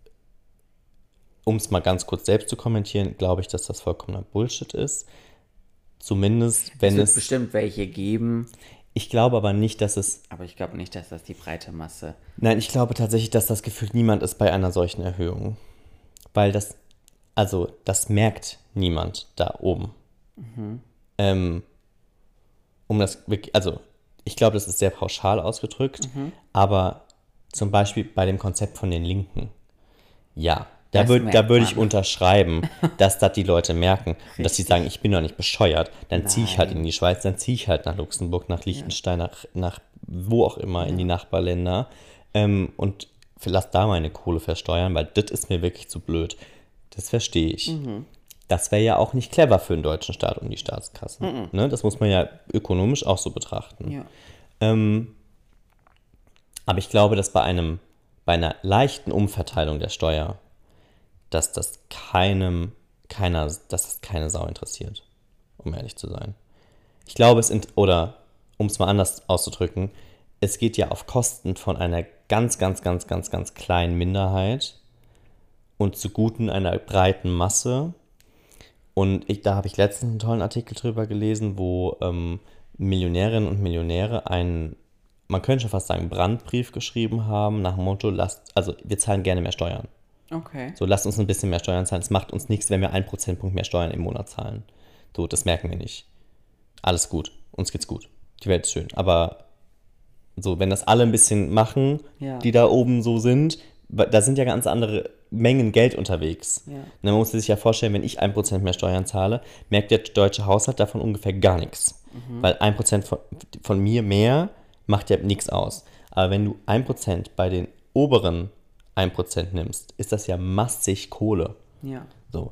um es mal ganz kurz selbst zu kommentieren, glaube ich, dass das vollkommener Bullshit ist. Zumindest, wenn es wird bestimmt welche geben. Ich glaube aber nicht, dass es... Aber ich glaube nicht, dass das die breite Masse... Nein, ich glaube tatsächlich, dass das gefühlt niemand ist bei einer solchen Erhöhung. Weil das merkt niemand da oben. Ich glaube, das ist sehr pauschal ausgedrückt, aber zum Beispiel bei dem Konzept von den Linken, ja, da würde ich unterschreiben, dass das die Leute merken und dass sie sagen, ich bin doch nicht bescheuert, dann ziehe ich halt in die Schweiz, dann ziehe ich halt nach Luxemburg, nach Liechtenstein, nach wo auch immer, in die Nachbarländer und lass da meine Kohle versteuern, weil das ist mir wirklich zu blöd. Das verstehe ich. Das wäre ja auch nicht clever für den deutschen Staat und die Staatskassen. Ne? Das muss man ja ökonomisch auch so betrachten. Ja. Aber ich glaube, dass bei einer leichten Umverteilung der Steuer, dass das keine Sau interessiert, um ehrlich zu sein. Ich glaube, oder um es mal anders auszudrücken, es geht ja auf Kosten von einer ganz, ganz, ganz, ganz, ganz kleinen Minderheit und zuguten einer breiten Masse. Und da habe ich letztens einen tollen Artikel drüber gelesen, wo Millionärinnen und Millionäre man könnte schon fast sagen, Brandbrief geschrieben haben, nach dem Motto, wir zahlen gerne mehr Steuern. Okay. So, lasst uns ein bisschen mehr Steuern zahlen. Es macht uns nichts, wenn wir 1 Prozentpunkt mehr Steuern im Monat zahlen. So, das merken wir nicht. Alles gut. Uns geht's gut. Die Welt ist schön. Aber so, wenn das alle ein bisschen machen, die da oben so sind, da sind ja ganz andere Mengen Geld unterwegs. Ja. Man muss sich ja vorstellen, wenn ich 1% mehr Steuern zahle, merkt der deutsche Haushalt davon ungefähr gar nichts. Weil 1% von mir mehr macht ja nichts aus. Aber wenn du 1% bei den oberen 1% nimmst, ist das ja massig Kohle. Ja. So.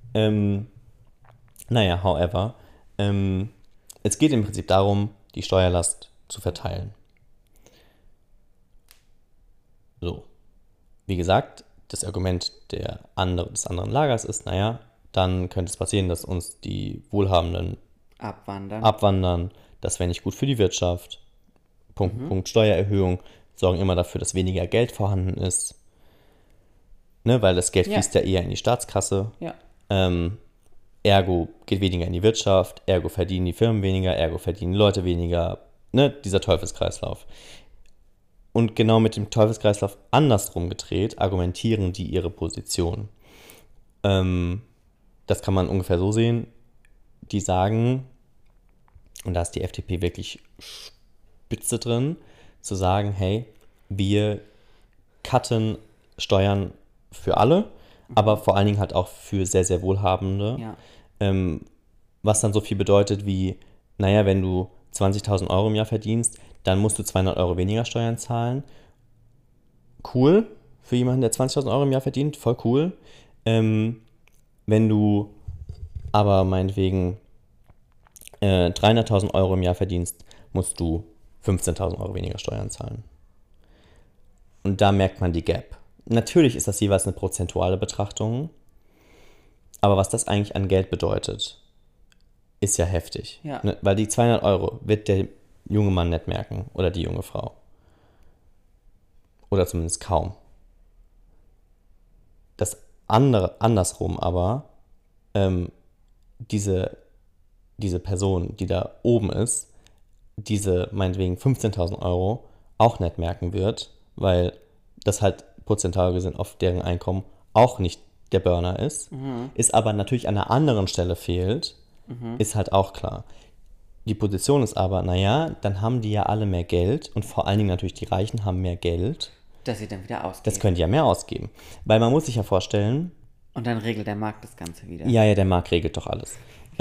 However, es geht im Prinzip darum, die Steuerlast zu verteilen. So. Wie gesagt, das Argument des anderen Lagers ist, naja, dann könnte es passieren, dass uns die Wohlhabenden abwandern. Das wäre nicht gut für die Wirtschaft. Punkt Steuererhöhung sorgen immer dafür, dass weniger Geld vorhanden ist. Ne, weil das Geld fließt ja eher in die Staatskasse. Ja. Ergo geht weniger in die Wirtschaft, ergo verdienen die Firmen weniger, ergo verdienen die Leute weniger. Ne, dieser Teufelskreislauf. Und genau mit dem Teufelskreislauf andersrum gedreht, argumentieren die ihre Position. Das kann man ungefähr so sehen. Die sagen, und da ist die FDP wirklich spitze drin, zu sagen, hey, wir cutten Steuern für alle, aber vor allen Dingen halt auch für sehr, sehr Wohlhabende. Ja. Was dann so viel bedeutet wie, naja, wenn du 20.000 Euro im Jahr verdienst, dann musst du 200 Euro weniger Steuern zahlen. Cool, für jemanden, der 20.000 Euro im Jahr verdient, voll cool. Wenn du aber meinetwegen 300.000 Euro im Jahr verdienst, musst du 15.000 Euro weniger Steuern zahlen. Und da merkt man die Gap. Natürlich ist das jeweils eine prozentuale Betrachtung, aber was das eigentlich an Geld bedeutet, ist ja heftig. Ja. Ne? Weil die 200 Euro wird der junge Mann nicht merken oder die junge Frau. Oder zumindest kaum. Das andere, andersrum aber, diese Person, die da oben ist, diese meinetwegen 15.000 Euro auch nicht merken wird, weil das halt prozentual gesehen auf deren Einkommen auch nicht der Burner ist, ist aber natürlich an einer anderen Stelle fehlt, ist halt auch klar. Die Position ist aber, naja, dann haben die ja alle mehr Geld und vor allen Dingen natürlich die Reichen haben mehr Geld. Dass sie dann wieder ausgeben. Das können die ja mehr ausgeben. Weil man muss sich ja vorstellen... Und dann regelt der Markt das Ganze wieder. Ja, der Markt regelt doch alles.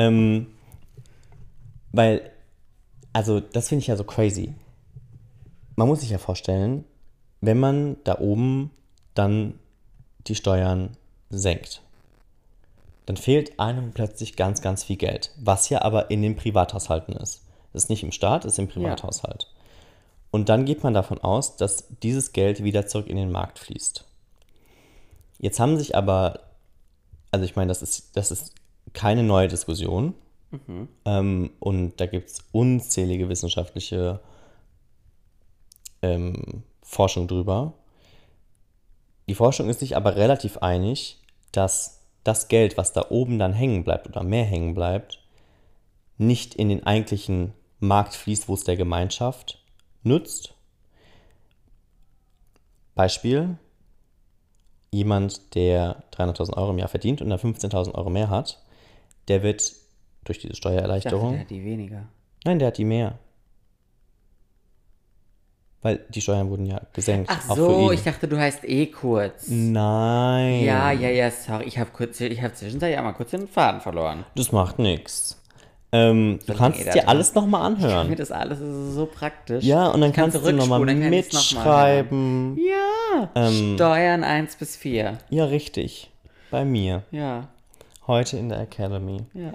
Weil, also das finde ich ja so crazy. Man muss sich ja vorstellen, wenn man da oben dann die Steuern senkt, dann fehlt einem plötzlich ganz, ganz viel Geld, was ja aber in den Privathaushalten ist. Das ist nicht im Staat, das ist im Privathaushalt. Ja. Und dann geht man davon aus, dass dieses Geld wieder zurück in den Markt fließt. Jetzt haben sich aber, also ich meine, das ist keine neue Diskussion. Und da gibt es unzählige wissenschaftliche Forschung drüber. Die Forschung ist sich aber relativ einig, dass das Geld, was da oben dann hängen bleibt oder mehr hängen bleibt, nicht in den eigentlichen Markt fließt, wo es der Gemeinschaft nützt. Beispiel, jemand, der 300.000 Euro im Jahr verdient und dann 15.000 Euro mehr hat, der wird durch diese Steuererleichterung... Ich dachte, der hat die weniger. Nein, der hat die mehr. Weil die Steuern wurden ja gesenkt. Ach auch so, für ihn. ich dachte, du heißt kurz. Nein. Ja, sorry. Ich habe zwischenzeitlich einmal kurz den Faden verloren. Das macht nichts. Du kannst es dir alles nochmal anhören. Das alles ist so praktisch. Ja, und dann kannst du nochmal mitschreiben. Ja, Steuern 1 bis 4. Ja, richtig. Bei mir. Ja. Heute in der Academy. Ja.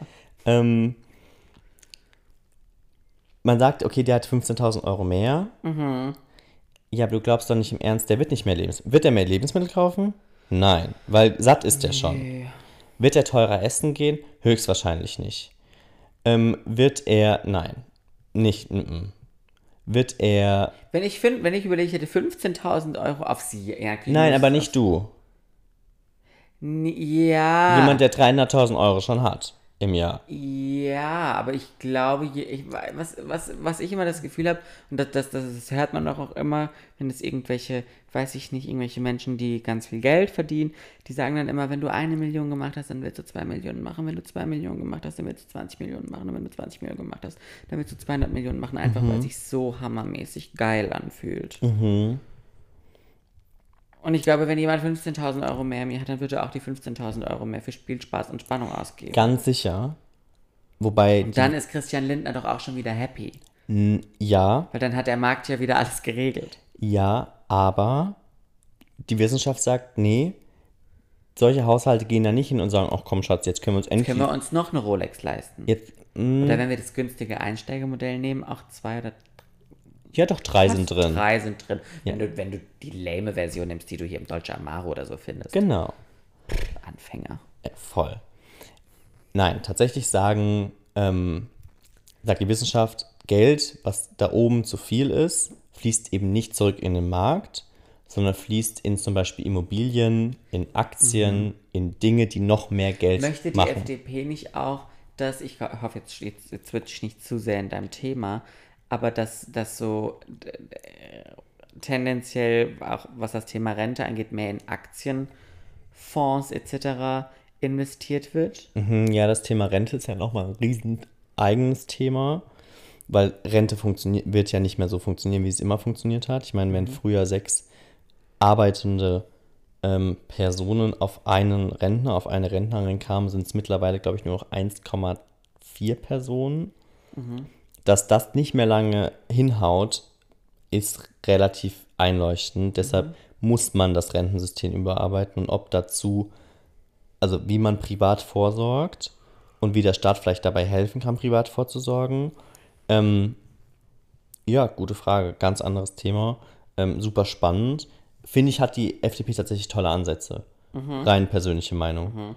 Man sagt, okay, der hat 15.000 Euro mehr. Ja, aber du glaubst doch nicht im Ernst, der wird nicht mehr Wird er mehr Lebensmittel kaufen? Nein, weil satt ist er schon. Wird er teurer essen gehen? Höchstwahrscheinlich nicht. Wird er, nein, nicht, Wird er... Wenn ich überlege, ich hätte 15.000 Euro aufs Jahr. Nein, aber nicht du. Ja. Jemand, der 300.000 Euro schon hat im Jahr. Ja, aber ich glaube, was ich immer das Gefühl habe, und das hört man doch auch immer, wenn es irgendwelche Menschen, die ganz viel Geld verdienen, die sagen dann immer, wenn du 1 Million gemacht hast, dann willst du 2 Millionen machen, wenn du 2 Millionen gemacht hast, dann willst du 20 Millionen machen, und wenn du 20 Millionen gemacht hast, dann willst du 200 Millionen machen, einfach weil es sich so hammermäßig geil anfühlt. Und ich glaube, wenn jemand 15.000 Euro mehr im Jahr hat, dann würde er auch die 15.000 Euro mehr für Spielspaß und Spannung ausgeben. Ganz sicher. Wobei... Und dann ist Christian Lindner doch auch schon wieder happy. Ja. Weil dann hat der Markt ja wieder alles geregelt. Ja, aber die Wissenschaft sagt, nee, solche Haushalte gehen da nicht hin und sagen, ach komm Schatz, jetzt können wir uns endlich... Können wir uns noch eine Rolex leisten? Jetzt, Oder wenn wir das günstige Einsteigermodell nehmen, auch 2 oder... Ja, doch, 3 Fast sind drin. 3 sind drin. Ja. Wenn du die lame Version nimmst, die du hier im Dolce Amaro oder so findest. Genau. Anfänger. Voll. Nein, tatsächlich sagt die Wissenschaft, Geld, was da oben zu viel ist, fließt eben nicht zurück in den Markt, sondern fließt in zum Beispiel Immobilien, in Aktien, in Dinge, die noch mehr Geld Möchte die machen. FDP nicht auch, dass, ich hoffe, jetzt wird ich nicht zu sehr in deinem Thema, aber dass so tendenziell, auch was das Thema Rente angeht, mehr in Aktienfonds etc. investiert wird? Ja, das Thema Rente ist ja nochmal ein riesen eigenes Thema, weil Rente wird ja nicht mehr so funktionieren, wie es immer funktioniert hat. Ich meine, wenn früher 6 arbeitende Personen auf einen Rentner, auf eine Rentnerin kamen, sind es mittlerweile, glaube ich, nur noch 1,4 Personen. Dass das nicht mehr lange hinhaut, ist relativ einleuchtend. Deshalb muss man das Rentensystem überarbeiten und ob dazu, also wie man privat vorsorgt und wie der Staat vielleicht dabei helfen kann, privat vorzusorgen. Ja, gute Frage. Ganz anderes Thema. Super spannend. Finde ich, hat die FDP tatsächlich tolle Ansätze. Rein persönliche Meinung.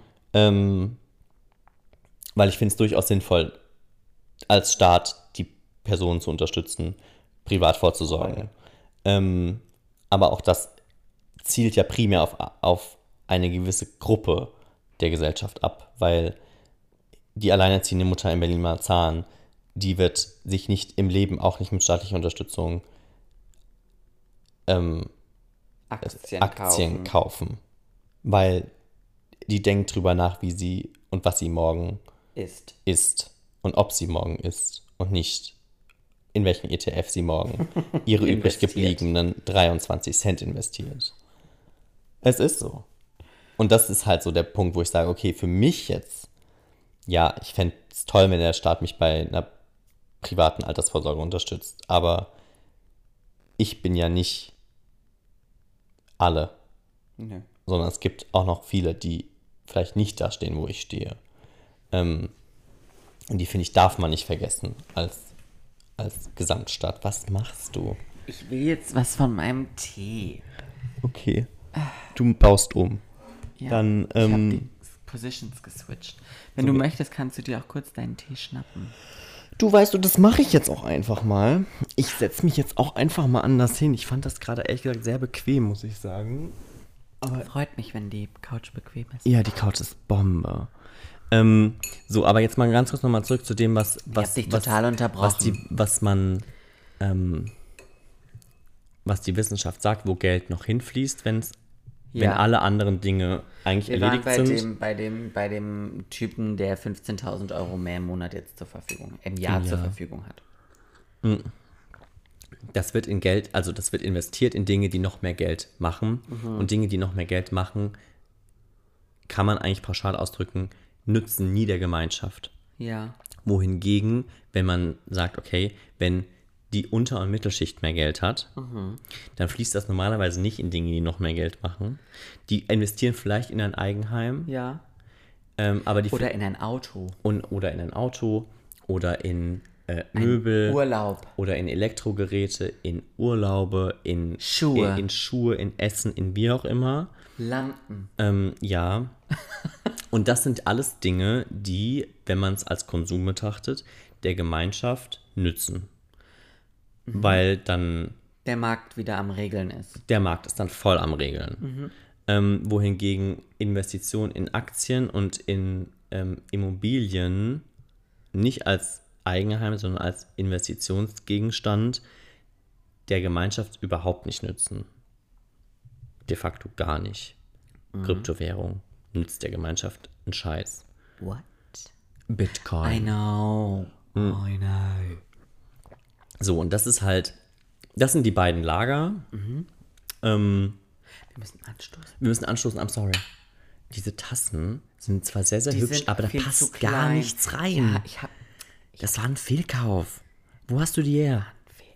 Weil ich finde es durchaus sinnvoll, als Staat die Personen zu unterstützen, privat vorzusorgen. Aber auch das zielt ja primär auf eine gewisse Gruppe der Gesellschaft ab, weil die alleinerziehende Mutter in Berlin-Marzahn, die wird sich nicht im Leben, auch nicht mit staatlicher Unterstützung, Aktien kaufen. Weil die denkt drüber nach, wie sie und was sie morgen isst und ob sie morgen isst und nicht in welchen ETF sie morgen ihre übrig gebliebenen 23 Cent investiert. Es ist so. Und das ist halt so der Punkt, wo ich sage, okay, für mich jetzt, ja, ich fände es toll, wenn der Staat mich bei einer privaten Altersvorsorge unterstützt, aber ich bin ja nicht alle, sondern es gibt auch noch viele, die vielleicht nicht da stehen, wo ich stehe. Und die, finde ich, darf man nicht vergessen als Gesamtstaat. Was machst du? Ich will jetzt was von meinem Tee. Okay. Du baust um. Ja, Dann, ich habe die Positions geswitcht. Wenn du möchtest, kannst du dir auch kurz deinen Tee schnappen. Du weißt, das mache ich jetzt auch einfach mal. Ich setze mich jetzt auch einfach mal anders hin. Ich fand das gerade ehrlich gesagt sehr bequem, muss ich sagen. Freut mich, wenn die Couch bequem ist. Ja, die Couch ist Bombe. So, aber jetzt mal ganz kurz nochmal zurück zu dem, was dich total unterbrochen. Was die Wissenschaft sagt, wo Geld noch hinfließt, wenn alle anderen Dinge eigentlich erledigt sind. Bei dem Typen, der 15.000 Euro mehr im Monat jetzt im Jahr zur Verfügung hat. Das wird das wird investiert in Dinge, die noch mehr Geld machen. Und Dinge, die noch mehr Geld machen, kann man eigentlich pauschal ausdrücken, nützen nie der Gemeinschaft. Ja. Wohingegen, wenn man sagt, okay, wenn die Unter- und Mittelschicht mehr Geld hat, dann fließt das normalerweise nicht in Dinge, die noch mehr Geld machen. Die investieren vielleicht in ein Eigenheim. Ja. Oder in ein Auto. Oder in ein Auto oder in Möbel. Urlaub. Oder in Elektrogeräte, in Urlaube, in Schuhe. In Schuhe, in Essen, in wie auch immer. Lampen. Ja. Und das sind alles Dinge, die, wenn man es als Konsum betrachtet, der Gemeinschaft nützen. Weil dann der Markt wieder am Regeln ist. Der Markt ist dann voll am Regeln. Wohingegen Investitionen in Aktien und in Immobilien nicht als Eigenheim, sondern als Investitionsgegenstand der Gemeinschaft überhaupt nicht nützen. De facto gar nicht. Kryptowährung nützt der Gemeinschaft einen Scheiß. What? Bitcoin. I know. I know. So, und das sind die beiden Lager. Wir müssen anstoßen. I'm sorry. Diese Tassen sind zwar sehr, sehr hübsch, aber da passt gar nichts rein. Ja, das war ein Fehlkauf. Wo hast du die her?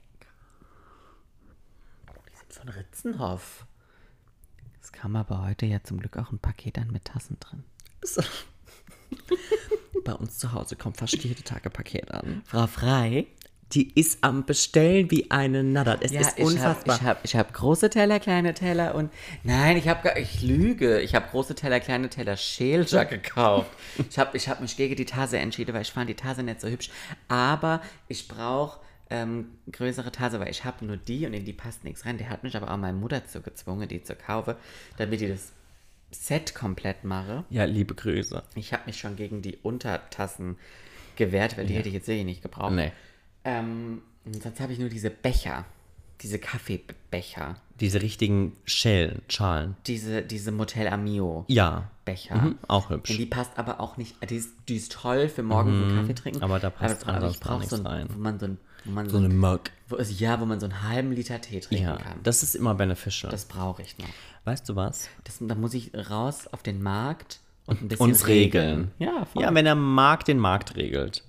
Die sind von Ritzenhoff. Es kam aber heute ja zum Glück auch ein Paket an mit Tassen drin. Bei uns zu Hause kommt fast jede Tage Paket an. Frau Frei? Die ist am Bestellen wie eine Nadder. Es Ja, ist unfassbar. ich hab große Teller, kleine Teller und nein, ich lüge. Ich habe große Teller, kleine Teller Schälja gekauft. Ich hab mich gegen die Tasse entschieden, weil ich fand die Tasse nicht so hübsch. Aber ich brauche größere Tasse, weil ich habe nur die und in die passt nichts rein. Die hat mich aber auch meine Mutter zu gezwungen, die zu kaufen, damit ich das Set komplett mache. Ja, liebe Grüße. Ich habe mich schon gegen die Untertassen gewehrt, weil die hätte ich jetzt nicht gebraucht. Nee. Und sonst habe ich nur diese Becher, diese Kaffeebecher, Diese richtigen Schalen. diese Motel Amio Ja. Becher. Auch hübsch. Und die passt aber auch nicht, die ist toll für morgens einen Kaffee trinken. aber da passt aber anders ich brauche gar nichts rein. wo man So eine Mug. wo man so einen halben Liter Tee trinken Ja, kann. das ist immer beneficial. Das brauche ich noch. Weißt du was? Da muss ich raus auf den Markt und ein bisschen Uns regeln. Ja, voll. Ja, wenn der Markt den Markt regelt.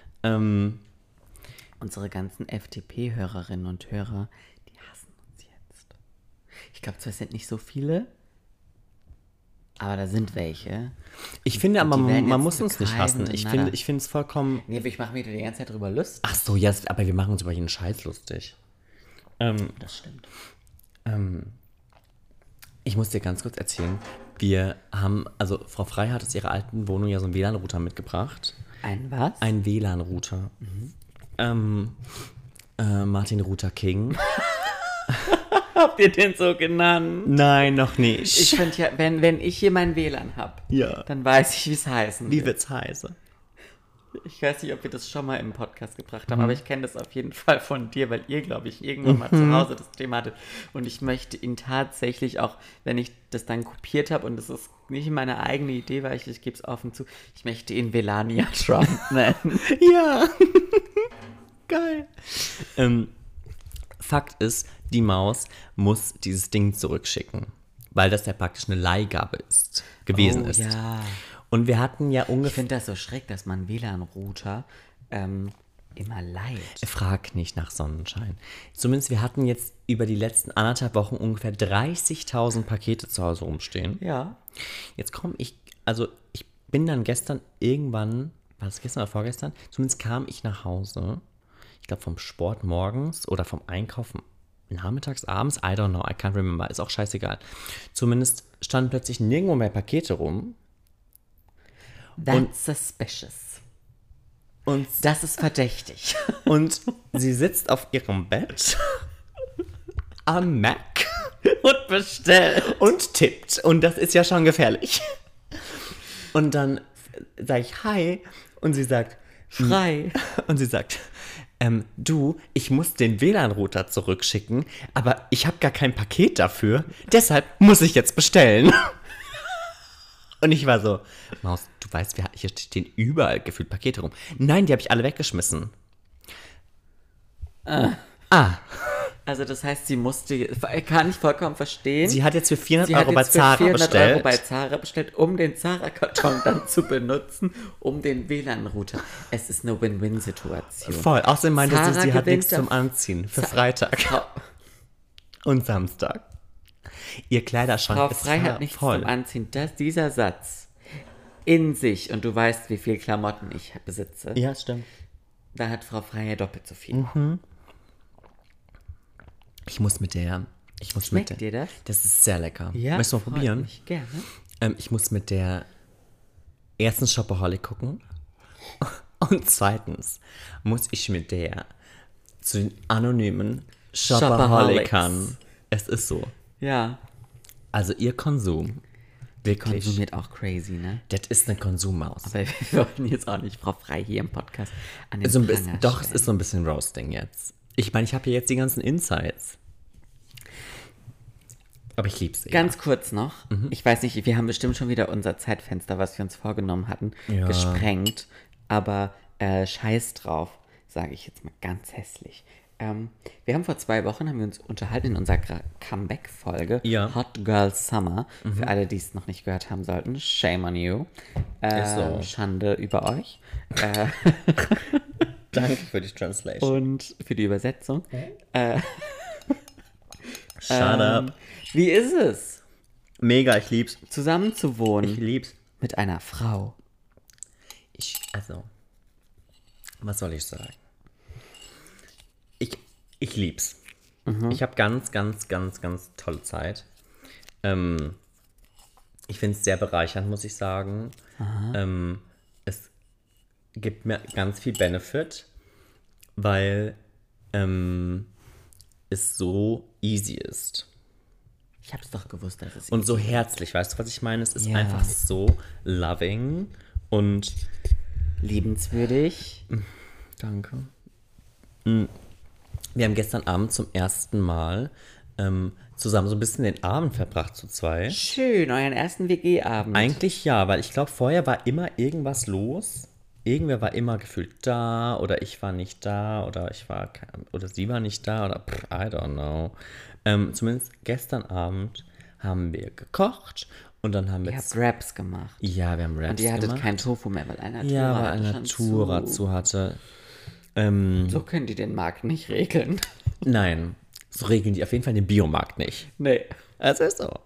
Unsere ganzen FDP-Hörerinnen und Hörer, die hassen uns jetzt. Ich glaube, zwar sind nicht so viele, aber da sind welche. Ich finde aber, die werden man jetzt muss uns nicht hassen. bekreiden, Ich nada. finde es vollkommen... Nee, ich mache mir die ganze Zeit drüber Lust. Ach so, ja, aber wir machen uns über jeden Scheiß lustig. Das stimmt. Ich muss dir ganz kurz erzählen. Wir haben, also Frau Frey hat aus ihrer alten Wohnung ja so einen WLAN-Router mitgebracht. Ein was? Ein WLAN-Router. Martin Luther King. Habt ihr den so genannt? Nein, noch nicht. Ich finde ja, wenn ich hier mein WLAN habe, Ja. dann weiß ich, wie es heißen Wie wird. wird's heißen? Ich weiß nicht, ob wir das schon mal im Podcast gebracht haben, aber ich kenne das auf jeden Fall von dir, weil ihr, glaube ich, irgendwann mal zu Hause das Thema hattet. Und ich möchte ihn tatsächlich auch, wenn ich das dann kopiert habe, und das ist nicht meine eigene Idee, weil ich gebe es offen zu, ich möchte ihn Melania Trump nennen. Ja. Geil. Fakt ist, die Maus muss dieses Ding zurückschicken, weil das ja praktisch eine Leihgabe gewesen ist. Ja. Und wir hatten ja Ich ungefähr... finde das so schräg, dass man WLAN-Router immer leiht. Frag nicht nach Sonnenschein. Zumindest wir hatten jetzt über die letzten 1,5 Wochen ungefähr 30.000 Pakete zu Hause rumstehen. Ja. Jetzt komme ich bin dann gestern irgendwann, war das gestern oder vorgestern? Zumindest kam ich nach Hause, ich glaube vom Sport morgens oder vom Einkaufen nachmittags, abends, I don't know, I can't remember, ist auch scheißegal. Zumindest standen plötzlich nirgendwo mehr Pakete rum. That's suspicious. Und, Das ist verdächtig. und sie sitzt auf ihrem Bett am Mac Und bestellt. und tippt. Und das ist ja schon gefährlich. Und dann sage ich Hi und sie sagt, Frei. und sie sagt, du, ich muss den WLAN-Router zurückschicken, aber ich habe gar kein Paket dafür, deshalb muss ich jetzt bestellen. Und ich war so, Maus, du weißt, hier stehen überall gefühlt Pakete rum. Nein, die habe ich alle weggeschmissen. Also das heißt, sie musste, kann ich vollkommen verstehen. Sie hat jetzt für 400 Sie hat Euro bei jetzt für Zara 400 bestellt. Euro bei Zara bestellt, um den Zara-Karton dann zu benutzen, um den WLAN-Router. Es ist eine Win-Win-Situation. Voll. Außerdem meinte Zara sie hat gewinnt nichts zum da- Anziehen für Freitag und Samstag. Ihr Kleiderschrank Frau ist Frei hat nichts voll. zum Anziehen. Dieser Satz in sich, und du weißt, wie viel Klamotten ich besitze, Ja, stimmt. da hat Frau Frei ja doppelt so viel. Ich muss mit der... Schmeckt dir das? Das ist sehr lecker. Ja, Möchtest du mal freut probieren? mich. Gerne. Ich muss mit der erstens Shopaholic gucken und zweitens muss ich mit der zu den anonymen Shopaholikern. Es ist so. Ja. Also ihr Konsum, wirklich, Konsumiert auch crazy, ne? das ist eine Konsummaus. Aber wir wollten jetzt auch nicht Frau Frei hier im Podcast an den So ein Pranger bisschen, doch, es stellen. ist so ein bisschen Roasting jetzt. Ich meine, ich habe hier jetzt die ganzen Insights. Aber ich lieb's. Ganz kurz noch. Ich weiß nicht, wir haben bestimmt schon wieder unser Zeitfenster, was wir uns vorgenommen hatten, Ja. gesprengt. Aber scheiß drauf, sage ich jetzt mal ganz hässlich. Wir haben vor 2 Wochen haben wir uns unterhalten in unserer Comeback-Folge Ja. Hot Girl Summer. Für alle, die es noch nicht gehört haben sollten, shame on you. Ist so. Schande über euch. Danke für die Translation. Und für die Übersetzung. Shut up. Wie ist es, Mega, ich lieb's. zusammen zu wohnen Ich lieb's. mit einer Frau? Also, was soll ich sagen? Ich lieb's. Ich habe ganz, ganz, ganz, ganz tolle Zeit. Ich finde es sehr bereichernd, muss ich sagen. Es gibt mir ganz viel Benefit, weil es so easy ist. Ich hab's doch gewusst, dass es Und so herzlich, weißt du, was ich meine? Es ist Ja. einfach so loving und liebenswürdig. danke. Wir haben gestern Abend zum ersten Mal zusammen so ein bisschen den Abend verbracht zu zweit. Schön, euren ersten WG-Abend. Eigentlich ja, weil ich glaube, vorher war immer irgendwas los. Irgendwer war immer gefühlt da oder ich war nicht da oder oder sie war nicht da oder I don't know. Zumindest gestern Abend haben wir gekocht und dann haben wir Ihr habt Raps gemacht. ja, wir haben Raps Und ihr hattet gemacht. kein Tofu mehr, weil einer Ja, weil hatte eine schon Natura zu hatte. So könnt ihr den Markt nicht regeln. Nein, so regeln die auf jeden Fall den Biomarkt nicht. Nee. Es ist so.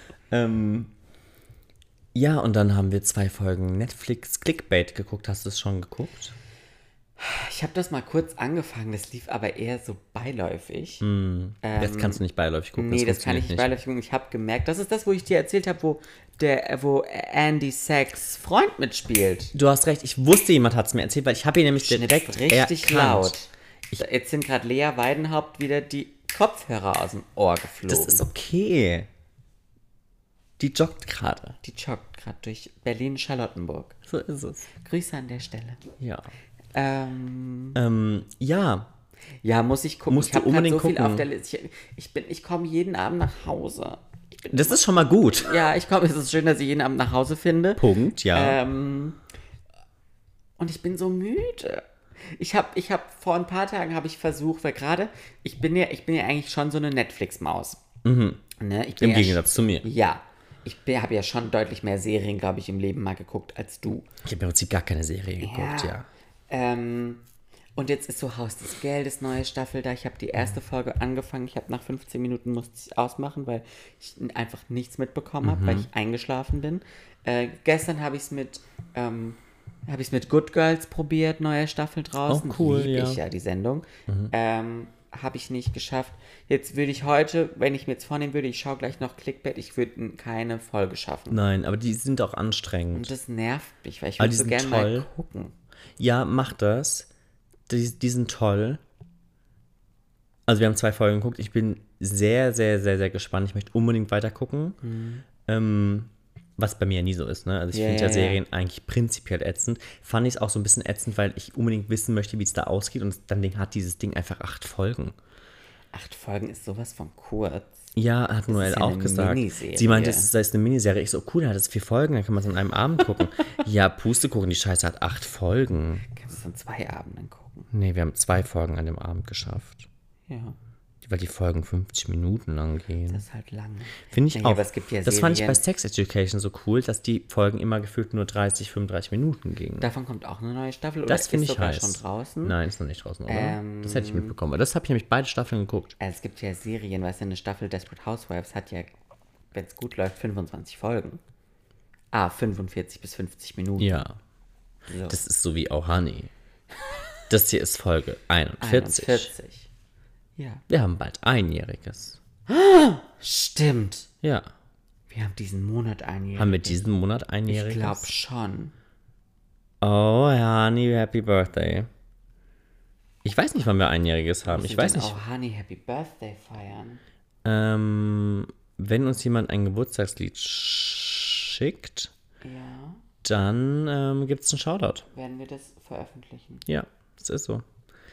Ja, und dann haben wir 2 Folgen Netflix Clickbait geguckt. Hast du es schon geguckt? Ich habe das mal kurz angefangen, das lief aber eher so beiläufig. Das kannst du nicht beiläufig gucken. Nee, das kann ich funktioniert nicht beiläufig gucken. Ich habe gemerkt, das ist das, wo ich dir erzählt habe, wo Andy Sachs Freund mitspielt. Du hast recht, ich wusste, jemand hat es mir erzählt, weil ich habe ihn nämlich direkt Richtig erkannt. laut. Jetzt sind gerade Lea Weidenhaupt wieder die Kopfhörer aus dem Ohr geflogen. Das ist okay. Die joggt gerade. Die joggt gerade durch Berlin-Charlottenburg. So ist es. Grüße an der Stelle. Ja. Ja, Ja, muss ich gucken. Musst Ich du habe gerade unbedingt so viel gucken. auf der Liste. Ich komme jeden Abend nach Hause. das ist schon mal gut. Ja, es ist schön, dass ich jeden Abend nach Hause finde. Punkt, ja. Und ich bin so müde. Ich hab vor ein paar Tagen habe ich versucht, weil gerade, ich bin ja eigentlich schon so eine Netflix-Maus. Ne? Ich bin Im Gegensatz zu mir. Ja. Ich habe ja schon deutlich mehr Serien, glaube ich, im Leben mal geguckt als du. Ich habe im Prinzip gar keine Serie geguckt, ja. Und jetzt ist so Haus des Geldes, neue Staffel da. Ich habe die erste Folge angefangen. Ich habe nach 15 Minuten musste ich ausmachen, weil ich einfach nichts mitbekommen habe, weil ich eingeschlafen bin. Gestern habe ich es mit Good Girls probiert, neue Staffel draußen. Oh, cool, Lieb ja. ich ja die Sendung. Habe ich nicht geschafft. Jetzt würde ich heute, wenn ich mir jetzt vornehmen würde, ich schaue gleich noch Clickbait, ich würde keine Folge schaffen. Nein, aber die sind auch anstrengend. Und das nervt mich, weil ich Aber würde die so sind gerne toll. mal gucken. Ja, mach das. Die sind toll. Also wir haben 2 Folgen geguckt. Ich bin sehr, sehr, sehr, sehr gespannt. Ich möchte unbedingt weiter gucken. Was bei mir ja nie so ist, ne? Also ich finde ja Serien eigentlich prinzipiell ätzend. Fand ich es auch so ein bisschen ätzend, weil ich unbedingt wissen möchte, wie es da ausgeht. Und dann hat dieses Ding einfach 8 Folgen. 8 Folgen ist sowas von kurz. Ja, hat Noel ist ja auch eine gesagt. Miniserie. Sie meinte, das ist eine Miniserie. Ich so, cool, da hat es 4 Folgen, dann kann man es an einem Abend gucken. Ja, Pustekuchen, die Scheiße hat 8 Folgen. Kannst du es an 2 Abenden gucken. Nee, wir haben 2 Folgen an dem Abend geschafft. Ja, Weil die Folgen 50 Minuten lang gehen. das ist halt lang. Finde ich Ja, auch. aber es gibt ja das fand ich bei Serien- Sex Education so cool, dass die Folgen immer gefühlt nur 30, 35 Minuten gingen. Davon kommt auch eine neue Staffel oder Das finde ist ich sogar heiß. schon draußen? Nein, ist noch nicht draußen, oder? Das hätte ich mitbekommen. Aber das habe ich nämlich beide Staffeln geguckt. Es gibt ja Serien, weißt du, eine Staffel Desperate Housewives hat ja, wenn es gut läuft, 25 Folgen. 45 bis 50 Minuten. Ja. So. Das ist so wie Ohani. Das hier ist Folge 41. 41. Ja. Wir haben bald Einjähriges. Stimmt. Ja. Wir haben diesen Monat einjährig. Haben wir diesen Monat Ich Einjähriges? glaube schon. Oh, Honey, Happy Birthday. Ich weiß nicht, wann wir Einjähriges haben. Ich weiß nicht. Oh, Honey, Happy Birthday feiern. Wenn uns jemand ein Geburtstagslied schickt, Ja. dann gibt es einen Shoutout. Werden wir das veröffentlichen? Ja, das ist so.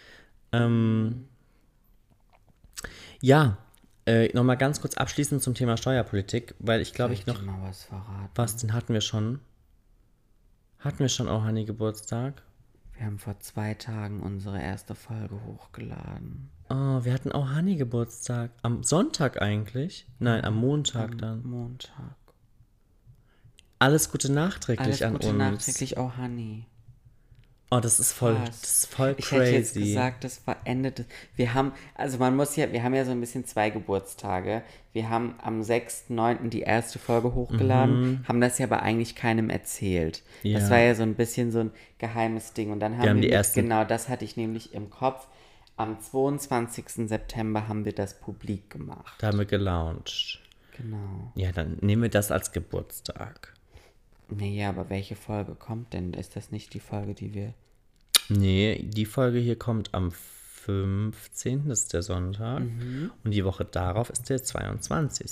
Ja, nochmal ganz kurz abschließend zum Thema Steuerpolitik, weil ich glaube, Soll ich noch. dir mal was verraten? Was, den hatten wir schon? Hatten wir schon auch Honey Geburtstag? Wir haben vor 2 Tagen unsere erste Folge hochgeladen. Oh, wir hatten auch Honey Geburtstag. Am Sonntag eigentlich? Nein, am Montag dann. Montag. Alles Gute nachträglich Alles an Gute uns. nachträglich, oh Honey. Oh, das ist voll Ich crazy. hätte jetzt gesagt, das war Ende des... Wir haben ja so ein bisschen 2 Geburtstage. Wir haben am 6.9. die erste Folge hochgeladen, haben das ja aber eigentlich keinem erzählt. Ja. Das war ja so ein bisschen so ein geheimes Ding. Und dann haben haben die mit- ersten- Genau, das hatte ich nämlich im Kopf. Am 22. September haben wir das publik gemacht. Da haben wir gelauncht. Genau. Ja, dann nehmen wir das als Geburtstag. Naja, aber welche Folge kommt denn? Ist das nicht die Folge, die wir... Nee, die Folge hier kommt am 15. Das ist der Sonntag. Und die Woche darauf ist der 22.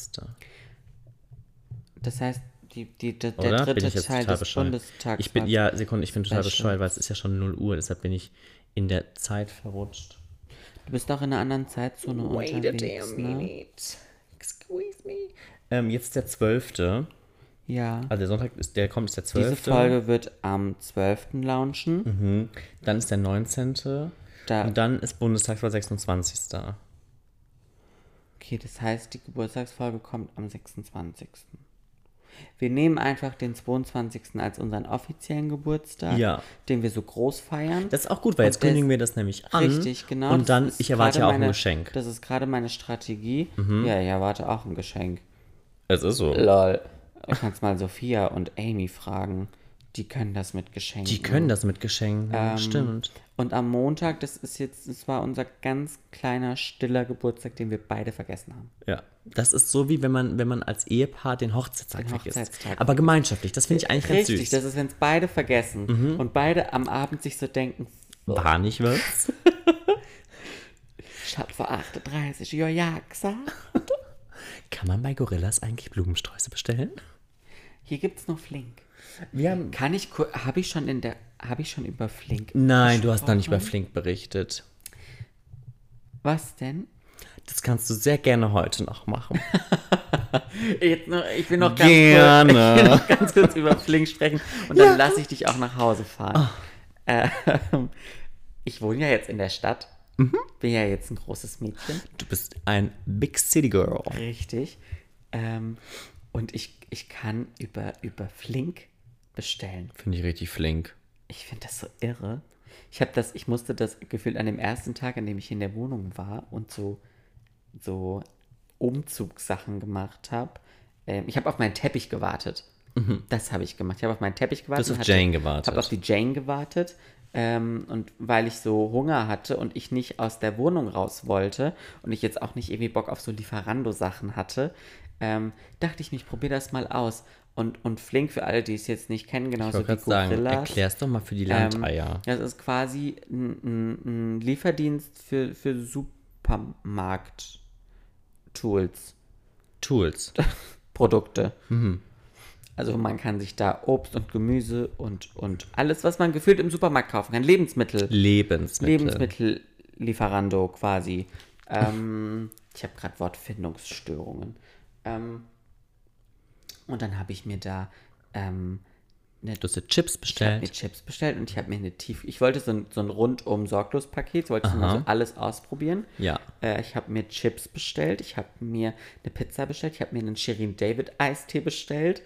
Das heißt, der Oder? Bin dritte ich jetzt Teil total des bescheuert? Bundestags... Ich bin total Special. bescheuert, weil es ist ja schon 0 Uhr. Deshalb bin ich in der Zeit verrutscht. Du bist doch in einer anderen Zeitzone unterwegs, ne? Excuse me. Jetzt der 12. Ja. Also der Sonntag, ist der 12. Diese Folge wird am 12. launchen. Dann ist der 19. Da, Und dann ist Bundestagswahl 26. okay, das heißt, die Geburtstagsfolge kommt am 26. Wir nehmen einfach den 22. als unseren offiziellen Geburtstag, Ja. den wir so groß feiern. Das ist auch gut, weil jetzt Und das- kündigen wir das nämlich an. Richtig, genau. Und das dann, ist ich erwarte ja gerade auch ein meine- Geschenk. Das ist gerade meine Strategie. Ja, ich erwarte auch ein Geschenk. Es ist so. Lol. Du kannst mal Sophia und Amy fragen. Die können das mit Geschenken. Die können das mit Geschenken, stimmt. Und am Montag, das war unser ganz kleiner, stiller Geburtstag, den wir beide vergessen haben. Ja, das ist so, wie wenn man als Ehepaar den Hochzeitstag Den vergisst. Hochzeitstag. Aber gemeinschaftlich, das finde ich eigentlich ganz Richtig, süß. das ist, wenn es beide vergessen und beide am Abend sich so denken, War nicht was? ich hab vor 38 Jahren ja gesagt. Kann man bei Gorillas eigentlich Blumensträuße bestellen? Hier gibt's noch Flink. Wir haben... Habe ich schon über Flink Nein, du hast noch nicht über gesprochen? Flink berichtet. Was denn? Das kannst du sehr gerne heute noch machen. Ich will noch Gerne. Ich will noch ganz kurz über Flink sprechen und dann lasse ich dich auch nach Hause fahren. Ich wohne ja jetzt in der Stadt. Bin ja jetzt ein großes Mädchen. Du bist ein Big City Girl. Richtig. Und ich kann über Flink bestellen. Finde ich richtig flink. Ich finde das so irre. Ich musste das gefühlt an dem ersten Tag, an dem ich in der Wohnung war und so Umzugssachen gemacht habe. Ich habe auf meinen Teppich gewartet. Das habe ich gemacht. Ich habe auf meinen Teppich gewartet. Du hast auf Jane gewartet. Habe auf die Jane gewartet. Und weil ich so Hunger hatte und ich nicht aus der Wohnung raus wollte und ich jetzt auch nicht irgendwie Bock auf so Lieferando-Sachen hatte, dachte ich mir, ich probiere das mal aus. Und Flink, für alle, die es jetzt nicht kennen, Ich genauso wollte wie gerade sagen, Gorillas. erklär's doch mal für die Landeier. Das ist quasi ein Lieferdienst für Supermarkt-Tools, Tools. Produkte. Also man kann sich da Obst und Gemüse und alles, was man gefühlt im Supermarkt kaufen kann. Lebensmittellieferando quasi. Ich habe gerade Wortfindungsstörungen. Und dann habe ich mir da Du hast dir Chips Ich habe bestellt. mir Chips bestellt und ich habe mir ich wollte so ein rundum Sorglos-Paket, wollte ich mal so alles ausprobieren. Ja. Ich habe mir Chips bestellt, ich habe mir eine Pizza bestellt, ich habe mir einen Shirin David Eistee bestellt.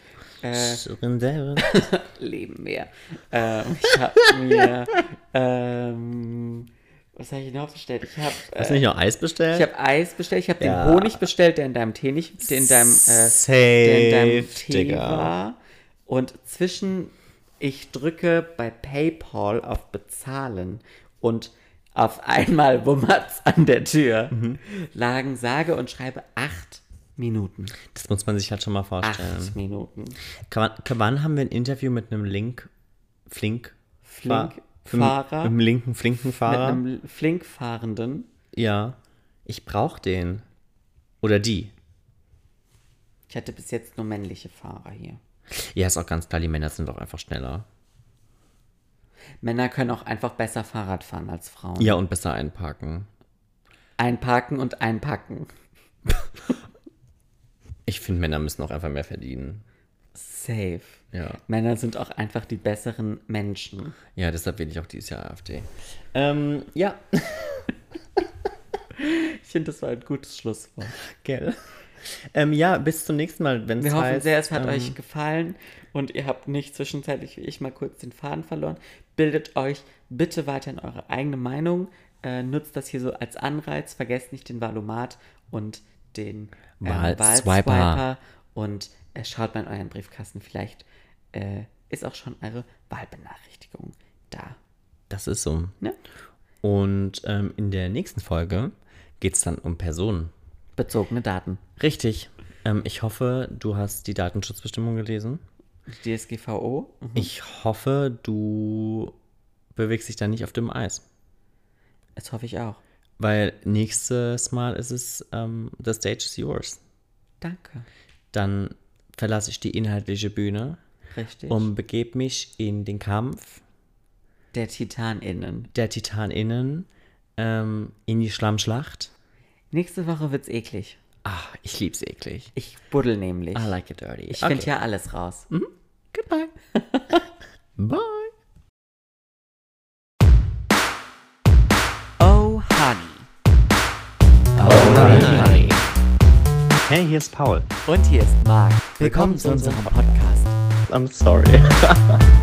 Leben mehr. Ich habe mir was habe ich noch bestellt? Hast du nicht noch Eis bestellt? Ich habe Eis bestellt, ich habe Ja. den Honig bestellt, der in deinem Tee nicht, der in deinem Tee Digga. war. Und ich drücke bei PayPal auf Bezahlen und auf einmal wummert's an der Tür. Lagen sage und schreibe 8 Minuten. Das muss man sich halt schon mal vorstellen. 8 Minuten. Wann haben wir ein Interview mit einem Fahrer. Einem linken flinken Mit Fahrer? einem Flinkfahrenden. Ja. Ich brauche den. Oder die. Ich hatte bis jetzt nur männliche Fahrer hier. Ja, ist auch ganz klar, die Männer sind doch einfach schneller. Männer können auch einfach besser Fahrrad fahren als Frauen. Ja, und besser einparken. Einparken und einpacken. Ich finde, Männer müssen auch einfach mehr verdienen. Safe. Ja. Männer sind auch einfach die besseren Menschen. Ja, deshalb wähle ich auch dieses Jahr AfD. Ja. Ich finde, das war ein gutes Schlusswort. Gell. Ja, bis zum nächsten Mal, wenn es Wir heißt... hoffen sehr, es hat euch gefallen und ihr habt nicht zwischenzeitlich wie ich mal kurz den Faden verloren. Bildet euch bitte weiterhin eure eigene Meinung. Nutzt das hier so als Anreiz. Vergesst nicht den Valomat und den Wahlswiper. Und schaut mal in euren Briefkasten. Vielleicht ist auch schon eure Wahlbenachrichtigung da. Das ist so. Ne? Und in der nächsten Folge geht es dann um Personen. Bezogene Daten. Richtig. Ich hoffe, du hast die Datenschutzbestimmung gelesen. Die DSGVO? Mhm. Ich hoffe, du bewegst dich da nicht auf dem Eis. Das hoffe ich auch. Weil nächstes Mal ist es The Stage is yours. Danke. Dann verlasse ich die inhaltliche Bühne Richtig. und begebe mich in den Kampf Der TitanInnen. der TitanInnen, in die Schlammschlacht. Nächste Woche wird's eklig. Ah, ich lieb's eklig. Ich buddel nämlich. I like it dirty. Ich finde ja alles raus. Goodbye. Bye. Oh, Honey. Alright. Hey, hier ist Paul. Und hier ist Marc. Willkommen zu unserem Podcast. I'm sorry.